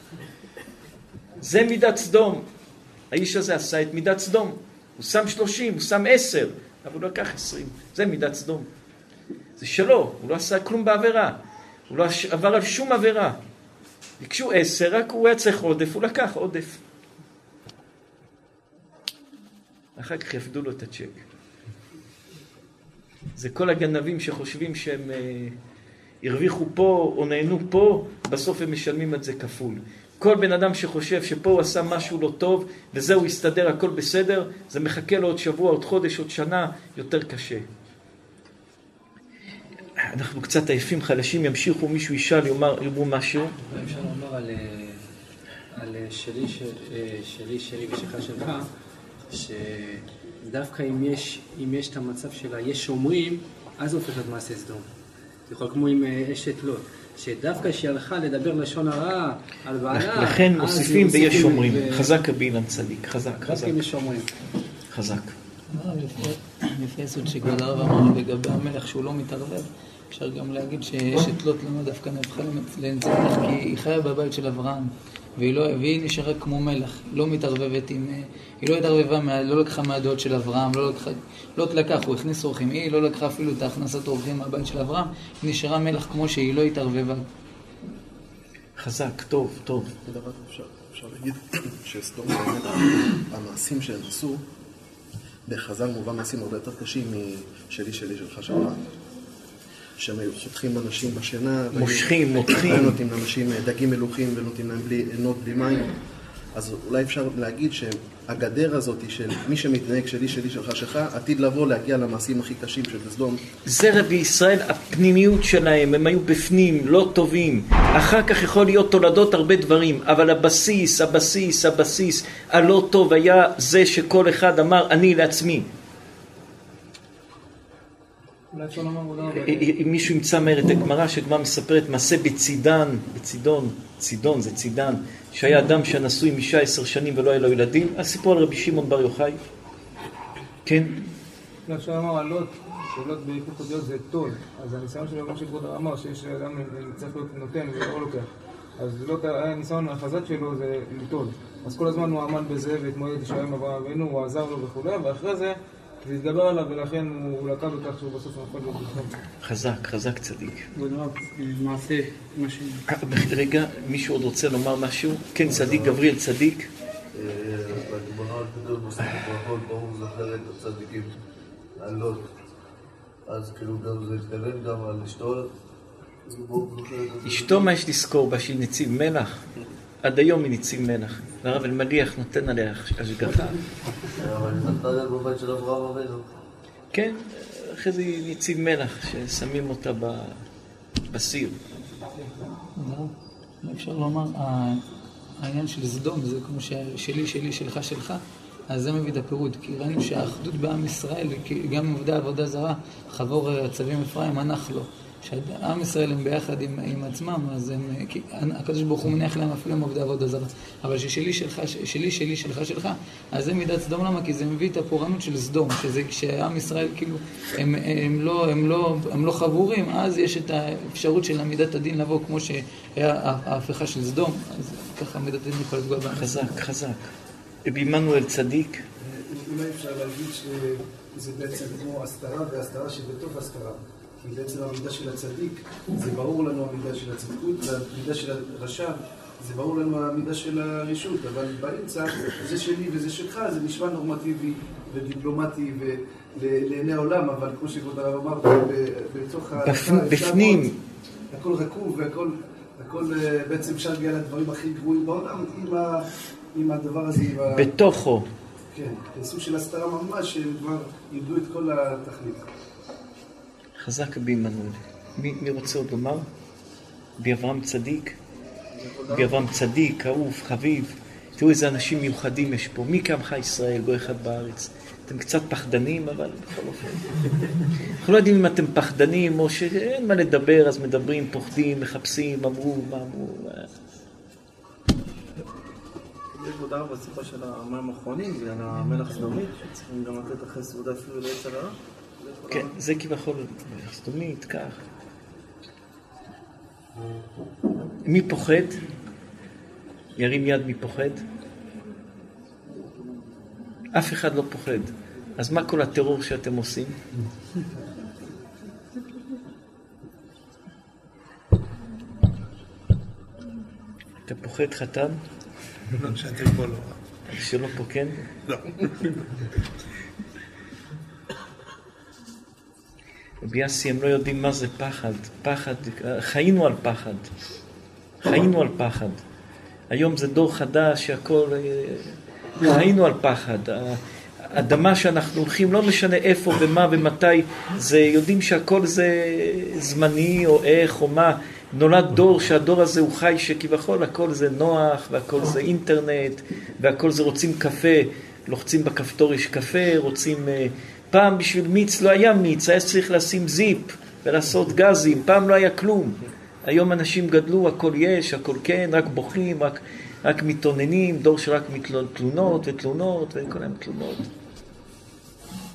זה מידת סדום. האיש הזה עשה את מידת סדום. הוא שם שלושים, הוא שם עשר, אבל הוא לא לקח עשרים. זה מידת סדום. זה שלו, הוא לא עשה כלום בעבירה. הוא לא עבר על שום עבירה. ביקשו עשר, רק הוא היה צריך עודף, הוא לקח עודף. אחר כך יפדו לו את הצ'ק. זה כל הגנבים שחושבים שהם אה, הרוויחו פה או נהנו פה, בסוף הם משלמים את זה כפול. כל בן אדם שחושב שפה הוא עשה משהו לא טוב, וזהו יסתדר, הכל בסדר, זה מחכה לו עוד שבוע, עוד חודש, עוד שנה, יותר קשה. אנחנו קצת עייפים, חלשים, ימשיכו, מישהו ישאל, יאמר, יאמרו משהו. אפשר לומר על, על שלי, שלי, שלי ושלך שלך, שדווקא אם יש, אם יש את המצב שלה, יש שומרים, אז הופך להיות מעשה סדום. זה יכול כמו עם אשת לוט, שדווקא שהיא הלכה לדבר לשון הרע על בעלה, לכן מוסיפים ויש שומרים. חזק אבינם צדיק, חזק, חזק. רק אם יש שומרים. חזק. לפי יסוד שכבוד הרב אמר לגבי המלך שהוא לא מתערבב, אפשר גם להגיד שאשת לוט למה דווקא נהפכה לנצח, כי היא חיה בבית של אברהם, והיא, לא, והיא נשארה כמו מלך, לא מתערבבת עם, היא לא התערבבה, מה, לא לקחה מהדעות של אברהם, לא לקחה, לא לקח, הוא הכניס אורחים, היא לא לקחה אפילו את הכנסת אורחים מהבית של אברהם, היא נשארה מלך כמו שהיא לא התערבבה. חזק, טוב, טוב. אפשר, אפשר להגיד שסדום באמת המעשים שהם עשו, בחז"ל מובן מעשים הרבה יותר קשים משלי שלי שלך שלך. שהם היו חותכים אנשים בשינה, מושכים, מותחים. והיו נותנים לאנשים דגים מלוכים ונותנים להם בלי, נות בלי מים. אז אולי אפשר להגיד שהגדר הזאת של מי שמתנהג שלי, שלי, שלך, שלך, עתיד לבוא להגיע למעשים הכי קשים של סדום. זרע בישראל, הפנימיות שלהם, הם היו בפנים, לא טובים. אחר כך יכול להיות תולדות הרבה דברים, אבל הבסיס, הבסיס, הבסיס, הלא טוב היה זה שכל אחד אמר, אני לעצמי. אם מישהו ימצא מהר את הגמרא, שהגמרא מספרת מעשה בצידן, בצידון, צידון זה צידן, שהיה אדם שנשוי עם אישה עשר שנים ולא היה לו ילדים, הסיפור על רבי שמעון בר יוחאי. כן? אפשר לומר על לוט, שלוט בהיפוך אותיות זה טול, אז הניסיון שלו, כמו שכבוד אמר, שיש אדם צריך להיות נותן ולא לוקח, אז לוט, הניסיון החזק שלו זה לטול, אז כל הזמן הוא עמד בזה והתמודד שהיה עם אברהם אבינו, הוא עזר לו וכו', ואחרי זה זה התגבר עליו ולכן הוא לקה בכך שהוא בסוף נפל בבטחון. חזק, חזק צדיק. כבוד הרב, מעשה, מה ש... רגע, מישהו עוד רוצה לומר משהו? כן, צדיק, גבריאל צדיק. בגמרא כתוב בסוף הברכות, ברוך זכר את הצדיקים על לוט. אז כאילו גם זה התכוון גם על אשתו. אשתו מה יש לזכור בה שהיא נציב מלח? עד היום היא נציב מלח. והרב אלמליח נותן עליה השגחה. אבל היא זכתה עליה בבית של אברהם אבינו. כן, אחרי זה היא נציב מלח ששמים אותה בסיר. אפשר לומר, העניין של סדום זה כמו שלי, שלי, שלך, שלך, אז זה מביא את הפירוד, כי ראינו שהאחדות בעם ישראל, גם עובדה עבודה זרה, חבור הצבים אפרים, הנח לו. שעם ישראל הם ביחד עם, עם עצמם, אז הם, כי הקדוש ברוך הוא מניח להם אפילו עובדי עבודה זרה. אבל ששלי, שלך, שלי, שלי, שלך, שלך, אז זה מידת סדום. למה? כי זה מביא את הפורענות של סדום, שזה כשעם ישראל כאילו, הם, הם, לא, הם, לא, הם לא חבורים, אז יש את האפשרות של מידת הדין לבוא, כמו שהיה ההפיכה של סדום, אז ככה מידת הדין יכול לפגוע בהם. חזק, חזק. רבי עמנואל צדיק. אולי אפשר להגיד שזה בעצם כמו הסתרה, והסתרה שבתוך הסתרה. כי בעצם המידה של הצדיק, זה ברור לנו המידה של הצדקות, והמידה של הרשע, זה ברור לנו המידה של הרשות, אבל באמצע, זה שלי וזה שלך, זה נשמע נורמטיבי ודיפלומטי ולעיני העולם, אבל כמו שכבוד הרב אמר, בתוך בפנים, הכל רקוב והכל בעצם אפשר להגיע לדברים הכי גרועים בעולם, עם הדבר הזה. בתוכו. כן, סוג של הסתרה ממש, שהם כבר ידעו את כל התכלית. חזק רבי עמנואל. מי, מי רוצה עוד לומר? רבי אברהם צדיק? רבי אברהם צדיק, אהוב, חביב. תראו איזה אנשים מיוחדים יש פה. מי כעמך ישראל, גוי אחד בארץ? אתם קצת פחדנים, אבל בכל אופן. אנחנו לא יודעים אם אתם פחדנים או שאין מה לדבר, אז מדברים, פוחדים, מחפשים, אמרו, מה אמרו. יש עוד ארבע בשיחה של המים האחרונים, זה על המלך סדומית, שצריכים גם לתת אחרי סעודה אפילו לעץ הרע. כן, זה כביכול סדומית, כך. מי פוחד? ירים יד מי פוחד? אף אחד לא פוחד. אז מה כל הטרור שאתם עושים? אתה פוחד חתן? לא, שאתם פה לא. שלא פה כן? לא. רבי יאסי, הם לא יודעים מה זה פחד. פחד, חיינו על פחד. חיינו על פחד. היום זה דור חדש שהכל... חיינו על פחד. האדמה שאנחנו הולכים, לא משנה איפה ומה ומתי, זה יודעים שהכל זה זמני או איך או מה. נולד דור שהדור הזה הוא חי שכביכול הכל זה נוח והכל זה אינטרנט והכל זה רוצים קפה, לוחצים בכפתור יש קפה, רוצים... פעם בשביל מיץ לא היה מיץ, היה צריך לשים זיפ ולעשות גזים, פעם לא היה כלום. היום אנשים גדלו, הכל יש, הכל כן, רק בוכים, רק, רק מתעוננים, דור שרק מתלונות ותלונות וכל הם תלונות.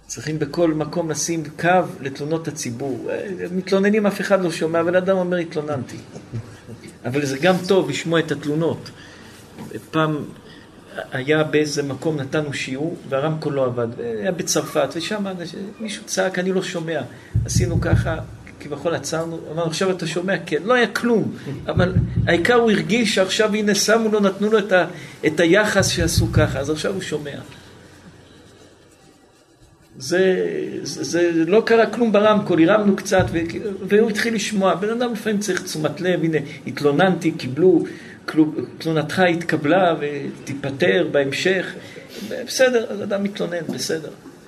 צריכים בכל מקום לשים קו לתלונות הציבור. מתלוננים, אף אחד לא שומע, אבל אדם אומר, התלוננתי. אבל זה גם טוב לשמוע את התלונות. פעם היה באיזה מקום, נתנו שיעור, והרמקול לא עבד. היה בצרפת, ושם מישהו צעק, אני לא שומע. עשינו ככה, כביכול עצרנו, אמרנו, עכשיו אתה שומע? כן. לא היה כלום, אבל העיקר הוא הרגיש שעכשיו הנה שמו לו, נתנו לו את, ה, את היחס שעשו ככה, אז עכשיו הוא שומע. זה, זה, זה לא קרה כלום ברמקול, הרמנו קצת, ו, והוא התחיל לשמוע. בן אדם לפעמים צריך תשומת לב, הנה, התלוננתי, קיבלו, תלונתך התקבלה ותיפטר בהמשך. בסדר, אז אדם מתלונן, בסדר.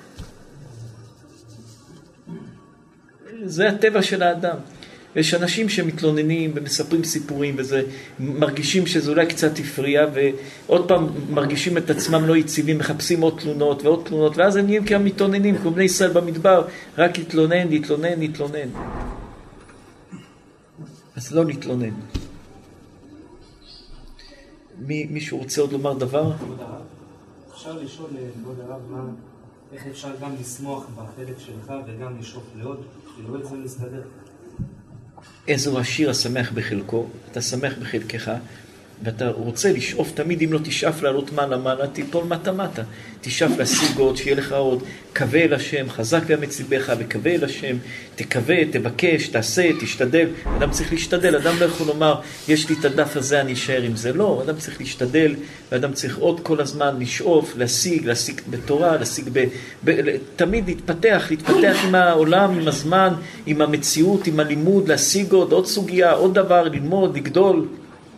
זה הטבע של האדם. יש אנשים שמתלוננים ומספרים סיפורים וזה, מרגישים שזה אולי קצת הפריע, ועוד פעם מרגישים את עצמם לא יציבים, מחפשים עוד תלונות ועוד תלונות, ואז הם נהיים כמה מתלוננים, כמו בני ישראל במדבר, רק להתלונן, להתלונן, להתלונן. אז לא להתלונן. מי, מישהו רוצה עוד לומר דבר? אפשר לשאול לכבוד הרב, מה, איך אפשר גם לשמוח בחלק שלך וגם לשאוף לעוד, כאילו איך זה מסתדר? איזו השיר השמח בחלקו, אתה שמח בחלקך, ואתה רוצה לשאוף תמיד, אם לא תשאף לעלות מעלה מעלה, תיפול מטה מטה. תשאף להשיג עוד, שיהיה לך עוד, קווה אל השם, חזק ואמץ ליבך, וקווה אל השם, תקווה, תבקש, תעשה, תשתדל. אדם צריך להשתדל, אדם לא יכול לומר, יש לי את הדף הזה, אני אשאר עם זה. לא, אדם צריך להשתדל, ואדם צריך עוד כל הזמן לשאוף, להשיג, להשיג בתורה, להשיג ב... ב... תמיד להתפתח, להתפתח עם העולם, עם הזמן, עם המציאות, עם הלימוד, להשיג עוד, עוד סוגיה, עוד דבר, ללמוד, לגדול.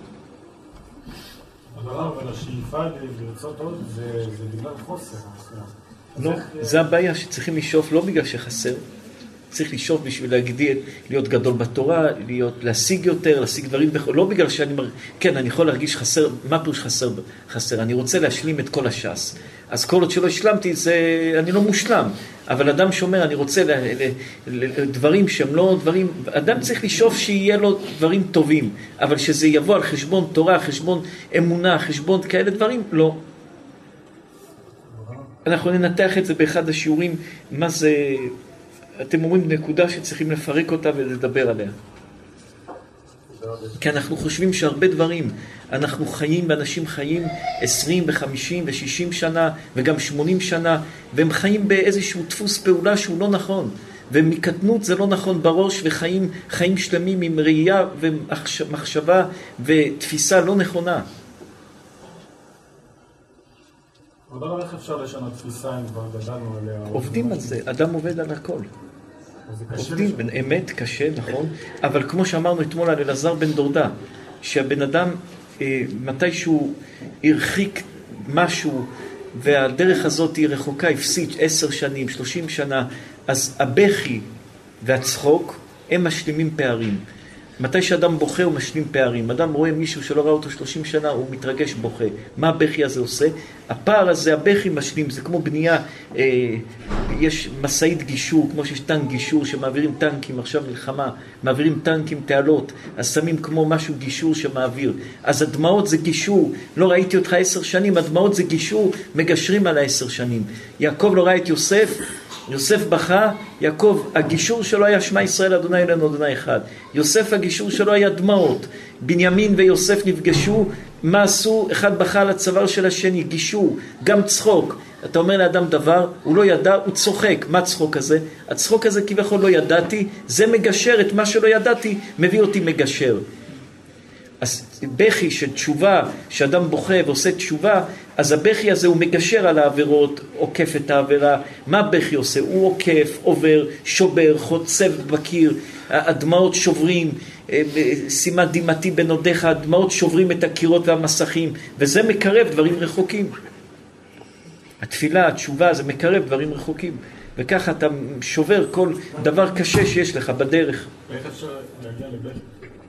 אבל השאיפה לרצות עוד זה בגלל חוסר. לא, זה הבעיה שצריכים לשאוף לא בגלל שחסר. צריך לשאוף בשביל להגדיל, להיות גדול בתורה, להיות, להשיג יותר, להשיג דברים, לא בגלל שאני, כן, אני יכול להרגיש חסר, מה פירוש חסר? חסר, אני רוצה להשלים את כל הש"ס. אז כל עוד שלא השלמתי, זה, אני לא מושלם. אבל אדם שאומר, אני רוצה ל, ל, ל, דברים שהם לא דברים, אדם צריך לשאוף שיהיה לו דברים טובים, אבל שזה יבוא על חשבון תורה, חשבון אמונה, חשבון כאלה דברים, לא. אנחנו ננתח את זה באחד השיעורים, מה זה, אתם אומרים נקודה שצריכים לפרק אותה ולדבר עליה. כי אנחנו חושבים שהרבה דברים, אנחנו חיים, ואנשים חיים עשרים וחמישים ושישים שנה, וגם שמונים שנה, והם חיים באיזשהו דפוס פעולה שהוא לא נכון. ומקטנות זה לא נכון בראש, וחיים חיים שלמים עם ראייה ומחשבה ותפיסה לא נכונה. אבל איך אפשר לשנות תפיסה אם כבר גדלנו עליה? עובדים על זה, אדם עובד על הכל. עובדים, אמת, קשה, נכון? אבל כמו שאמרנו אתמול על אלעזר בן דורדה, שהבן אדם, אה, מתישהו הרחיק משהו, והדרך הזאת היא רחוקה, הפסיד עשר שנים, שלושים שנה, אז הבכי והצחוק הם משלימים פערים. מתי שאדם בוכה הוא משלים פערים. אדם רואה מישהו שלא ראה אותו שלושים שנה, הוא מתרגש בוכה. מה הבכי הזה עושה? הפער הזה, הבכי משלים, זה כמו בנייה, אה, יש מסעית גישור, כמו שיש טנק גישור, שמעבירים טנקים, עכשיו מלחמה, מעבירים טנקים תעלות, אז שמים כמו משהו גישור שמעביר. אז הדמעות זה גישור, לא ראיתי אותך עשר שנים, הדמעות זה גישור, מגשרים על העשר שנים. יעקב לא ראה את יוסף, יוסף בכה, יעקב, הגישור שלו היה שמע ישראל אדוני אלוהינו אדוני אחד. יוסף הגישור שלו היה דמעות. בנימין ויוסף נפגשו, מה עשו? אחד בכה על הצוואר של השני, גישור, גם צחוק. אתה אומר לאדם דבר, הוא לא ידע, הוא צוחק. מה צחוק הזה? הצחוק הזה כביכול לא ידעתי, זה מגשר, את מה שלא ידעתי מביא אותי מגשר. אז בכי של תשובה, שאדם בוכה ועושה תשובה, אז הבכי הזה הוא מגשר על העבירות, עוקף את העבירה. מה הבכי עושה? הוא עוקף, עובר, שובר, חוצב בקיר, הדמעות שוברים, שימת דמעתי בנודיך, הדמעות שוברים את הקירות והמסכים, וזה מקרב דברים רחוקים. התפילה, התשובה, זה מקרב דברים רחוקים, וככה אתה שובר כל דבר קשה שיש לך בדרך. איך אפשר להגיע לבכי?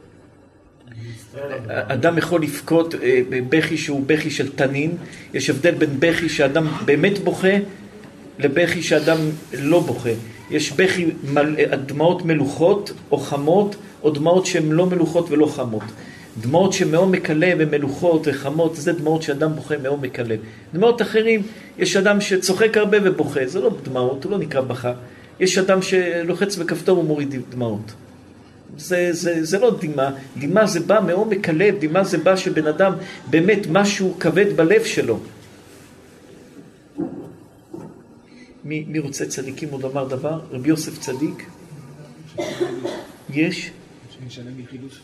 אדם יכול לפקוט בכי שהוא בכי של תנין. יש הבדל בין בכי שאדם באמת בוכה לבכי שאדם לא בוכה. יש בכי דמעות מלוכות או חמות, או דמעות שהן לא מלוכות ולא חמות. דמעות שמעומק הלב הן מלוכות וחמות, זה דמעות שאדם בוכה מעומק הלב. דמעות אחרים, יש אדם שצוחק הרבה ובוכה, זה לא דמעות, הוא לא נקרא בכה. יש אדם שלוחץ בכפתור ומוריד דמעות. זה, זה, זה לא דמעה, דמעה זה בא מעומק הלב, דמעה זה בא שבן אדם באמת משהו כבד בלב שלו. מי, מי רוצה צדיקים עוד אמר דבר? רבי יוסף צדיק? יש? שנשלם מחידוש.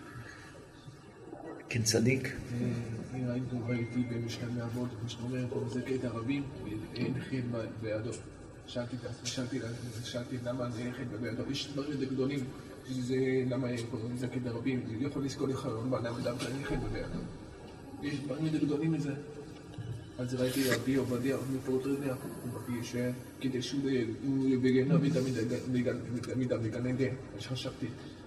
כן, צדיק. אם ראיתי במשכן מעבוד, כמו שאתה אומר, פה זה קטע רבים, אין חן בידו. שאלתי למה זה חן בידו. יש דברים גדולים, זה למה זה קטע רבים, זה יכול לזכור לך למה אדם אין חן בידו. יש דברים גדולים לזה. אז ראיתי רבי עובדיה, מפורטרניה, שכדי שהוא בגנה ותמיד בגן עדן, אז חשבתי,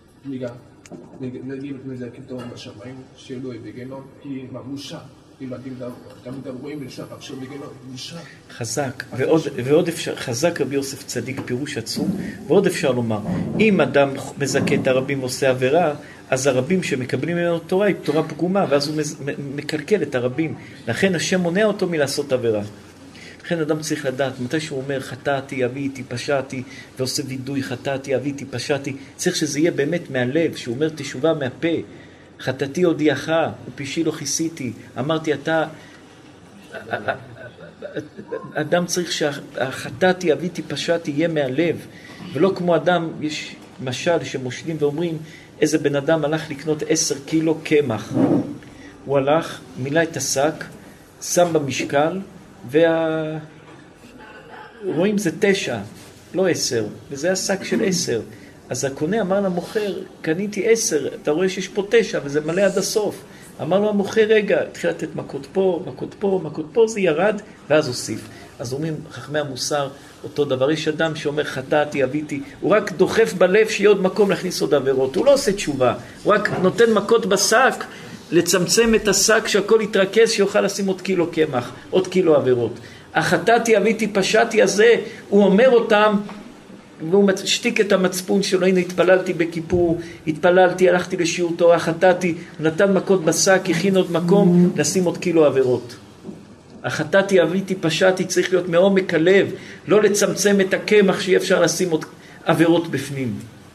נגיד מזה כתוב בשמיים שלא יהיה בגנון, היא ממושה, תמיד רואים ולשם, עכשיו בגנון, ממושה. חזק, ועוד אפשר, חזק רבי יוסף צדיק פירוש עצום, ועוד אפשר לומר, אם אדם מזכה את הרבים ועושה עבירה, אז הרבים שמקבלים ממנו תורה היא תורה פגומה, ואז הוא מקלקל את הרבים. לכן השם מונע אותו מלעשות עבירה. לכן אדם צריך לדעת, מתי שהוא אומר חטאתי, אביתי, פשעתי, ועושה וידוי חטאתי, אביתי, פשעתי, צריך שזה יהיה באמת מהלב, שהוא אומר תשובה מהפה, חטאתי הודיעך, ופשעי לא כיסיתי, אמרתי אתה, אדם צריך שהחטאתי, אביתי, פשעתי יהיה מהלב, ולא כמו אדם, יש משל שמושלים ואומרים, איזה בן אדם הלך לקנות עשר קילו קמח. הוא הלך, מילא את השק, שם במשקל, וה... רואים זה תשע, לא עשר, וזה השק של עשר. אז הקונה אמר למוכר, קניתי עשר, אתה רואה שיש פה תשע, וזה מלא עד הסוף. אמר לו המוכר, רגע, התחיל לתת מכות פה, מכות פה, מכות פה, זה ירד, ואז הוסיף. אז אומרים, חכמי המוסר, אותו דבר, יש אדם שאומר חטאתי, אביתי, הוא רק דוחף בלב שיהיה עוד מקום להכניס עוד עבירות, הוא לא עושה תשובה, הוא רק נותן מכות בשק, לצמצם את השק שהכל יתרכז, שיוכל לשים עוד קילו קמח, עוד קילו עבירות. החטאתי, אביתי, פשעתי הזה, הוא אומר אותם, והוא משתיק את המצפון שלו, הנה התפללתי בכיפור, התפללתי, הלכתי לשיעור תורה, חטאתי, הוא נתן מכות בשק, הכין עוד מקום, לשים עוד קילו עבירות. החטאתי, אביתי, פשעתי, צריך להיות מעומק הלב, לא לצמצם את הקמח שאי אפשר לשים עוד עבירות בפנים.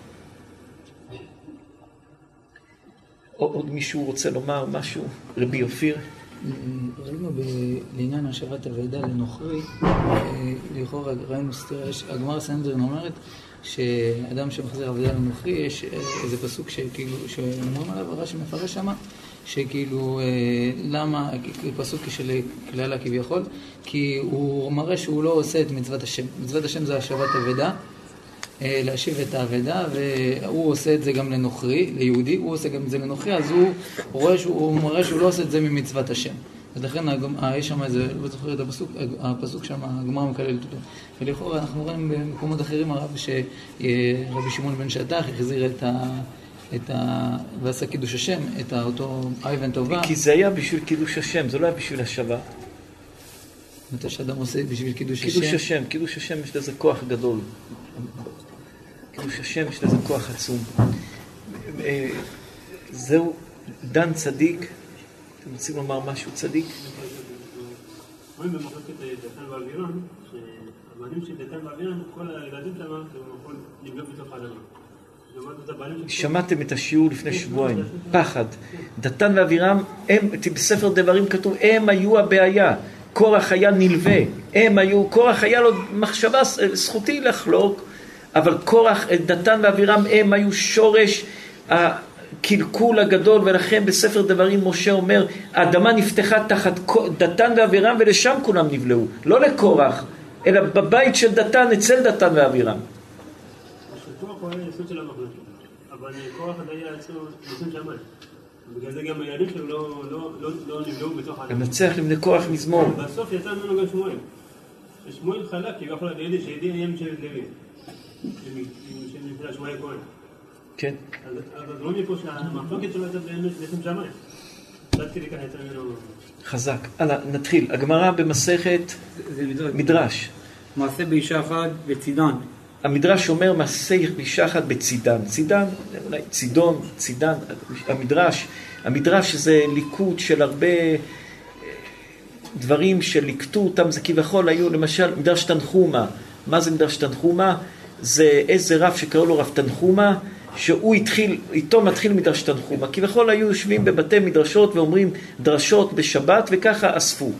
עוד מישהו רוצה לומר משהו? רבי אופיר? ראינו לעניין השבת אבדה לנוכרי, לכאורה ראינו סתירה, הגמרא סנהדרין אומרת שאדם שמחזיר אבדה לנוכרי, יש איזה פסוק שכאילו, שאומרים עליו רש"י מפרש שמה, שכאילו למה, פסוק של כללה כביכול, כי הוא מראה שהוא לא עושה את מצוות השם. מצוות השם זה השבת אבדה, להשיב את האבדה, והוא עושה את זה גם לנוכרי, ליהודי, הוא עושה גם את זה לנוכרי, אז הוא רואה שהוא מראה שהוא לא עושה את זה ממצוות השם. אז לכן יש שם איזה, לא זוכר את הפסוק, הפסוק שם, הגמרא מקללת אותו. ולכאורה אנחנו רואים במקומות אחרים הרב שרבי שמעון בן שטח החזיר את ה... את ה... ועשה קידוש השם, את אותו אייבן טובה. כי זה היה בשביל קידוש השם, זה לא היה בשביל השבה. מתי שאדם עושה בשביל קידוש השם? קידוש השם, קידוש השם יש לזה כוח גדול. קידוש השם יש לזה כוח עצום. זהו דן צדיק. אתם רוצים לומר משהו צדיק? רואים במחלקת דתן ואבירם, שהבנים של דתן ואבירם, כל הילדים שלהם יכולים לבלוק בתוך האדמה. שמעתם את השיעור לפני שבועיים, פחד. דתן ואבירם, הם, בספר דברים כתוב, הם היו הבעיה. קורח היה נלווה, הם היו, קורח היה לו מחשבה, זכותי לחלוק, אבל קורח, דתן ואבירם, הם היו שורש הקלקול הגדול, ולכן בספר דברים משה אומר, האדמה נפתחה תחת דתן ואבירם, ולשם כולם נבלעו, לא לקורח, אלא בבית של דתן, אצל דתן ואבירם. קורח הוא היה יסוד של המחלקת, אבל קורח היה יסוד שמיים. בגלל זה גם הילדים שלו לא נבלעו בתוך האדמה. המנצח לבני קורח מזמור. בסוף יצא ממנו גם שמואל. שמואל חלק, כי הוא יכול להגיד שידי יהיה משלת לוי. של שמואל כהן. כן. אז לא מפה שהמחלוקת שלו הייתה באמת לשם שמיים. קצת כדי כך יצא ממנו... חזק. הלאה, נתחיל. הגמרא במסכת מדרש. מעשה באישה אחת בצידן. המדרש אומר מעשה אישה אחת בצידן. צידן, אולי צידון, צידן, המדרש, המדרש זה ליקוט של הרבה דברים שליקטו אותם, זה כביכול היו למשל מדרש תנחומה. מה זה מדרש תנחומה? זה איזה רב שקראו לו רב תנחומה, שהוא התחיל, איתו מתחיל מדרש תנחומה. כביכול היו יושבים בבתי מדרשות ואומרים דרשות בשבת וככה אספו.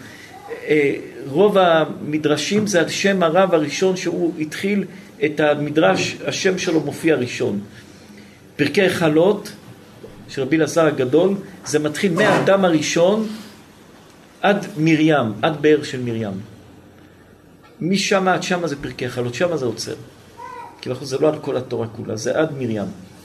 רוב המדרשים זה השם הרב הראשון שהוא התחיל את המדרש, השם שלו מופיע ראשון. פרקי חלות של רבי אלעזר הגדול, זה מתחיל מהאדם הראשון עד מרים, עד באר של מרים. משם עד שם זה פרקי חלות, שם זה עוצר. כי זה לא על כל התורה כולה, זה עד מרים.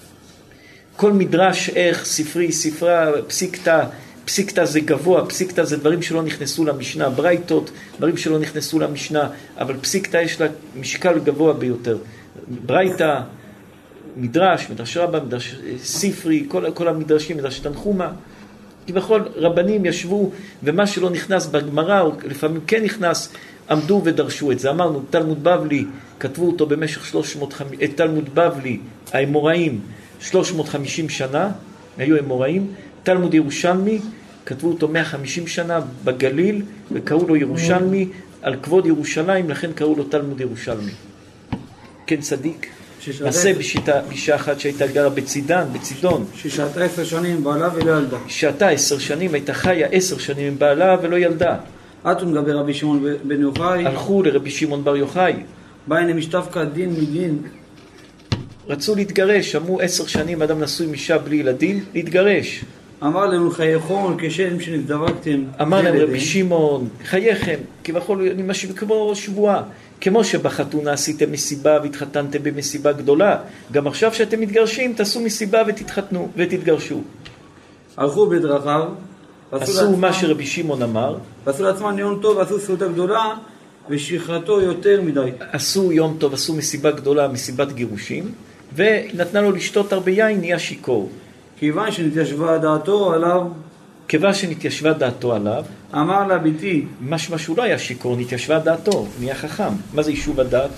כל מדרש, איך, ספרי, ספרה, פסיקתא, פסיקתא זה גבוה, פסיקתא זה דברים שלא נכנסו למשנה, ברייתות, דברים שלא נכנסו למשנה, אבל פסיקתא יש לה משקל גבוה ביותר. ברייתא, מדרש, מדרש רבה, מדרש ספרי, כל, כל המדרשים, מדרש תנחומה, כביכול רבנים ישבו, ומה שלא נכנס בגמרא, או לפעמים כן נכנס, עמדו ודרשו את זה. אמרנו, תלמוד בבלי, כתבו אותו במשך שלוש מאות וחמישים, את תלמוד בבלי, האמוראים, שלוש מאות וחמישים שנה, היו אמוראים, תלמוד ירושלמי, כתבו אותו מאה וחמישים שנה בגליל, וקראו לו ירושלמי, על כבוד ירושלים, לכן קראו לו תלמוד ירושלמי. כן צדיק, מעשה בשיטה, אישה אחת שהייתה גרה בצידן, בצידון. ששעתה עשר שנים עם בעלה ולא ילדה. שעתה עשר שנים, הייתה חיה עשר שנים עם בעלה ולא ילדה. אתון גבי רבי שמעון בן יוחאי. הלכו לרבי שמעון בר יוחאי. באין משתפקה דין מדין. רצו להתגרש, אמרו עשר שנים אדם נשוי עם אישה בלי ילדים, להתגרש. אמר לנו חייכם כשם שנזדווגתם. אמר להם רבי שמעון, חייכם, כביכול אני משיב כמו שבועה. כמו שבחתונה עשיתם מסיבה והתחתנתם במסיבה גדולה, גם עכשיו שאתם מתגרשים תעשו מסיבה ותתחתנו ותתגרשו. הלכו בדרכיו, עשו מה שרבי שמעון אמר, ועשו לעצמם יום טוב, עשו סעודה גדולה ושכחתו יותר מדי. עשו יום טוב, עשו מסיבה גדולה, מסיבת גירושים, ונתנה לו לשתות הרבה יין, נהיה שיקור. כיוון שנתיישבה דעתו עליו, כיוון שנתיישבה דעתו עליו, אמר לה ביתי, משמע שהוא לא היה שיקור, נתיישבה דעתו, נהיה חכם. מה זה יישוב הדעת?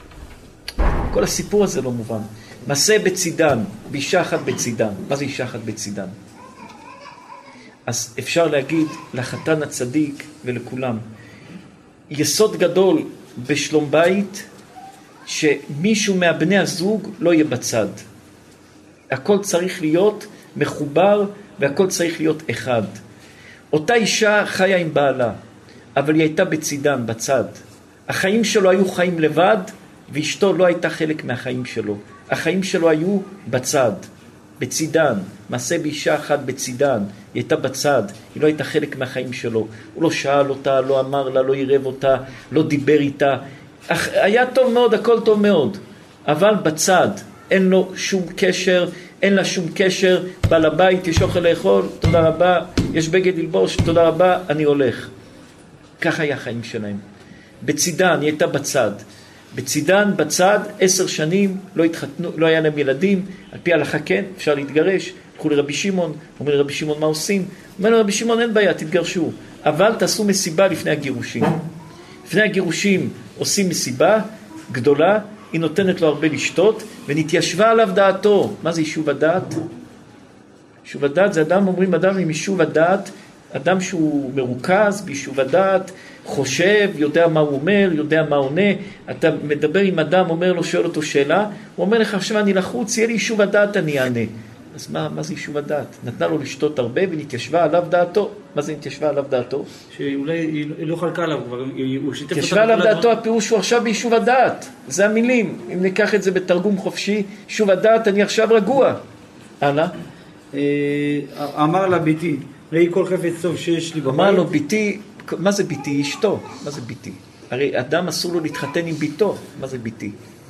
כל הסיפור הזה לא מובן. מעשה בצידן, באישה אחת בצידן. מה זה אישה אחת בצידן? אז אפשר להגיד לחתן הצדיק ולכולם, יסוד גדול בשלום בית, שמישהו מהבני הזוג לא יהיה בצד. הכל צריך להיות מחובר, והכל צריך להיות אחד. אותה אישה חיה עם בעלה, אבל היא הייתה בצידן, בצד. החיים שלו היו חיים לבד, ואשתו לא הייתה חלק מהחיים שלו. החיים שלו היו בצד, בצידן. מעשה באישה אחת בצידן, היא הייתה בצד, היא לא הייתה חלק מהחיים שלו. הוא לא שאל אותה, לא אמר לה, לא עירב אותה, לא דיבר איתה. היה טוב מאוד, הכל טוב מאוד. אבל בצד, אין לו שום קשר, אין לה שום קשר, בעל הבית, יש אוכל לאכול, תודה רבה, יש בגד ללבוש, תודה רבה, אני הולך. ככה היה החיים שלהם. בצידן, היא הייתה בצד. בצידן, בצד, עשר שנים, לא התחתנו, לא היה להם ילדים, על פי ההלכה כן, אפשר להתגרש, הלכו לרבי שמעון, אומר לרבי שמעון מה עושים? אומר לרבי שמעון אין בעיה, תתגרשו, אבל תעשו מסיבה לפני הגירושים. לפני הגירושים עושים מסיבה גדולה, היא נותנת לו הרבה לשתות, ונתיישבה עליו דעתו. מה זה יישוב הדעת? יישוב הדעת זה אדם, אומרים אדם עם יישוב הדעת, אדם שהוא מרוכז ביישוב הדעת, חושב, יודע מה הוא אומר, יודע מה עונה. אתה מדבר עם אדם, אומר לו, שואל אותו שאלה, הוא אומר לך, עכשיו אני לחוץ, יהיה לי יישוב הדעת, אני אענה. אז מה, מה זה יישוב הדעת? נתנה לו לשתות הרבה ונתיישבה עליו דעתו. מה זה נתיישבה עליו דעתו? שאולי היא לא חלקה עליו כבר, הוא שיתף אותה. נתיישבה עליו דעתו, הפירוש הוא עכשיו ביישוב הדעת. זה המילים. אם ניקח את זה בתרגום חופשי, יישוב הדעת, אני עכשיו רגוע. הלאה. אמר לה ביתי, ראי כל חפץ טוב שיש לי בבית. אמר לו ביתי, מה זה ביתי? אשתו. מה זה ביתי? הרי אדם אסור לו להתחתן עם ביתו. מה זה ביתי?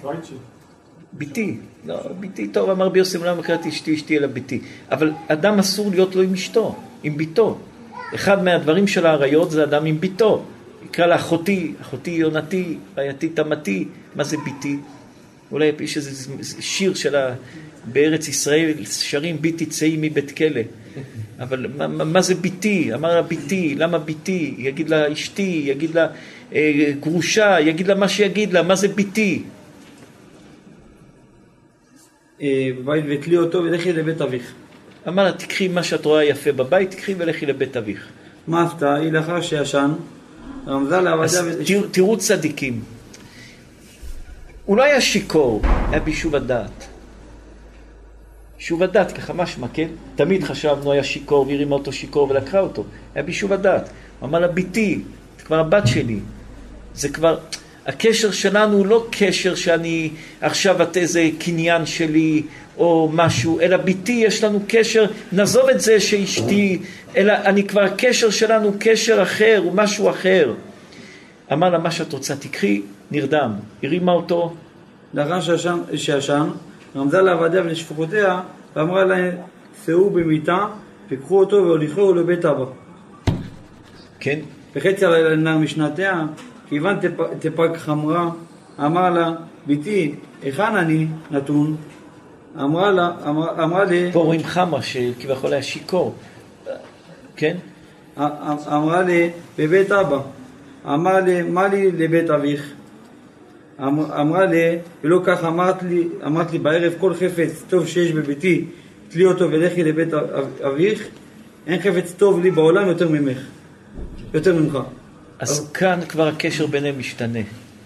ביתי, לא, ביתי, טוב, אמר ביוסם, לא מקראתי אשתי, אשתי אלא ביתי. אבל אדם אסור להיות לו עם אשתו, עם ביתו. אחד מהדברים של העריות זה אדם עם ביתו. יקרא לה אחותי, אחותי יונתי, רעייתי תמתי. מה זה ביתי? אולי יש איזה שיר שלה בארץ ישראל, שרים ביתי צאי מבית כלא. אבל מה, מה זה ביתי? אמר לה ביתי, למה ביתי? יגיד לה אשתי, יגיד לה אה, גרושה, יגיד לה מה שיגיד לה, מה זה ביתי? בבית ותלי אותו ולכי לבית אביך. אמר לה, תקחי מה שאת רואה יפה בבית, תקחי ולכי לבית אביך. מה עשתה? היא לאחר שישן, רמזה לעבדיה... אז תראו, תראו צדיקים. הוא לא היה שיקור, היה בישוב הדעת. בישוב הדעת, ככה משמע, כן? תמיד חשבנו היה שיקור והרימה אותו שיקור ולקחה אותו. היה בישוב הדעת. הוא אמר לה, ביתי, זה כבר הבת שלי. זה כבר... הקשר שלנו הוא לא קשר שאני עכשיו את איזה קניין שלי או משהו, אלא ביתי יש לנו קשר, נעזוב את זה שאשתי, אלא אני כבר, הקשר שלנו הוא קשר אחר, הוא משהו אחר. אמר לה, מה שאת רוצה, תקחי, נרדם. הרימה אותו. לאחר שישן, שישן רמזה לעבדיה ולשפחותיה, ואמרה להם, שאו במיטה, וקחו אותו והוליכוהו לבית אבא. כן. וחצי הלילה נער משנתיה, כיוון תפק חמרה, אמר לה, ביתי, היכן אני נתון? אמרה לה, אמרה, אמרה לי... פה רואים חמרה שכביכול היה שיקור. כן? אמרה לי, בבית אבא. אמר לי, מה לי לבית אביך? אמר, אמרה לי, ולא כך אמרת לי, אמרת לי בערב, כל חפץ טוב שיש בביתי, תלי אותו ולכי לבית אביך, אין חפץ טוב לי בעולם יותר ממך, יותר ממך. אז כאן כבר הקשר ביניהם משתנה.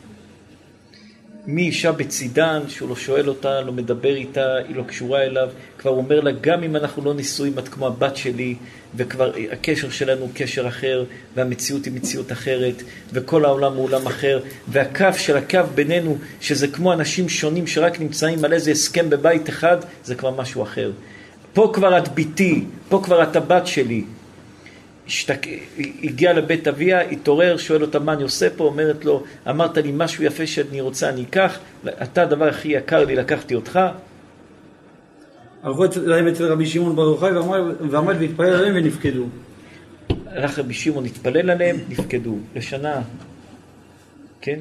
מי אישה בצידן, שהוא לא שואל אותה, לא מדבר איתה, היא לא קשורה אליו, כבר אומר לה, גם אם אנחנו לא נישואים, את כמו הבת שלי, וכבר הקשר שלנו הוא קשר אחר, והמציאות היא מציאות אחרת, וכל העולם הוא עולם אחר, והקו של הקו בינינו, שזה כמו אנשים שונים שרק נמצאים על איזה הסכם בבית אחד, זה כבר משהו אחר. פה כבר את ביתי, פה כבר את הבת שלי. השתק... הגיע לבית אביה, התעורר, שואל אותה מה אני עושה פה, אומרת לו, אמרת לי משהו יפה שאני רוצה, אני אקח, אתה הדבר הכי יקר לי, לקחתי אותך. הלכו להם אצל רבי שמעון בר יוחאי ועמד והתפלל עליהם ונפקדו. הלך רבי שמעון, התפלל עליהם, נפקדו. לשנה, כן?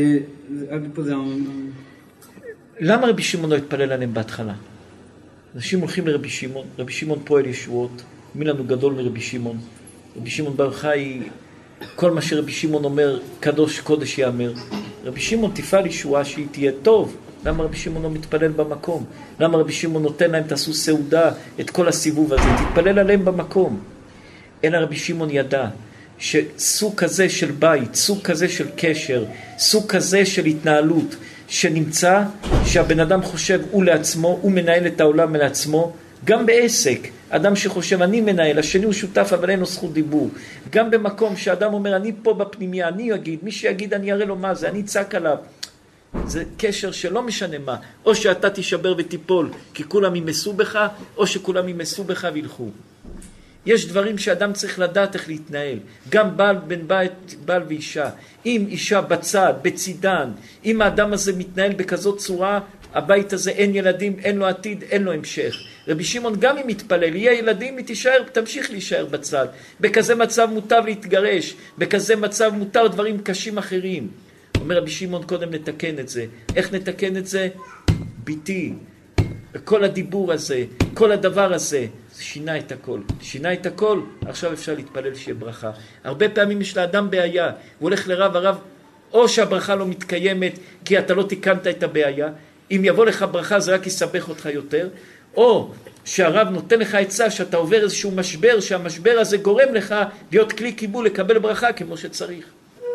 למה רבי שמעון לא התפלל עליהם בהתחלה? אנשים הולכים לרבי שמעון, רבי שמעון פועל ישועות, מי לנו גדול מרבי שמעון? רבי שמעון בר יוחאי, כל מה שרבי שמעון אומר, קדוש קודש יאמר. רבי שמעון תפעל ישועה שהיא תהיה טוב. למה רבי שמעון לא מתפלל במקום? למה רבי שמעון נותן להם, תעשו סעודה, את כל הסיבוב הזה, תתפלל עליהם במקום. אלא רבי שמעון ידע שסוג כזה של בית, סוג כזה של קשר, סוג כזה של התנהלות, שנמצא שהבן אדם חושב הוא לעצמו, הוא מנהל את העולם לעצמו, גם בעסק, אדם שחושב אני מנהל, השני הוא שותף אבל אין לו זכות דיבור. גם במקום שאדם אומר אני פה בפנימיה, אני אגיד, מי שיגיד אני אראה לו מה זה, אני צעק עליו. זה קשר שלא משנה מה, או שאתה תישבר ותיפול כי כולם ימסו בך, או שכולם ימסו בך וילכו. יש דברים שאדם צריך לדעת איך להתנהל, גם בעל בן בית, בעל ואישה. אם אישה בצד, בצידן, אם האדם הזה מתנהל בכזאת צורה, הבית הזה אין ילדים, אין לו עתיד, אין לו המשך. רבי שמעון גם אם מתפלל, יהיה ילדים, היא תישאר, תמשיך להישאר בצד. בכזה מצב מוטב להתגרש, בכזה מצב מותר דברים קשים אחרים. אומר רבי שמעון, קודם נתקן את זה. איך נתקן את זה? ביתי. כל הדיבור הזה, כל הדבר הזה, זה שינה את הכל. שינה את הכל, עכשיו אפשר להתפלל שיהיה ברכה. הרבה פעמים יש לאדם בעיה, הוא הולך לרב, הרב, או שהברכה לא מתקיימת כי אתה לא תיקנת את הבעיה, אם יבוא לך ברכה זה רק יסבך אותך יותר, או שהרב נותן לך עצה שאתה עובר איזשהו משבר, שהמשבר הזה גורם לך להיות כלי קיבול, לקבל ברכה כמו שצריך.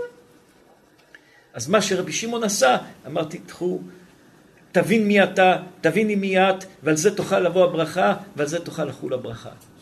אז מה שרבי שמעון עשה, אמרתי, תחו, תבין מי אתה, תביני מי את, ועל זה תוכל לבוא הברכה, ועל זה תוכל לחול הברכה.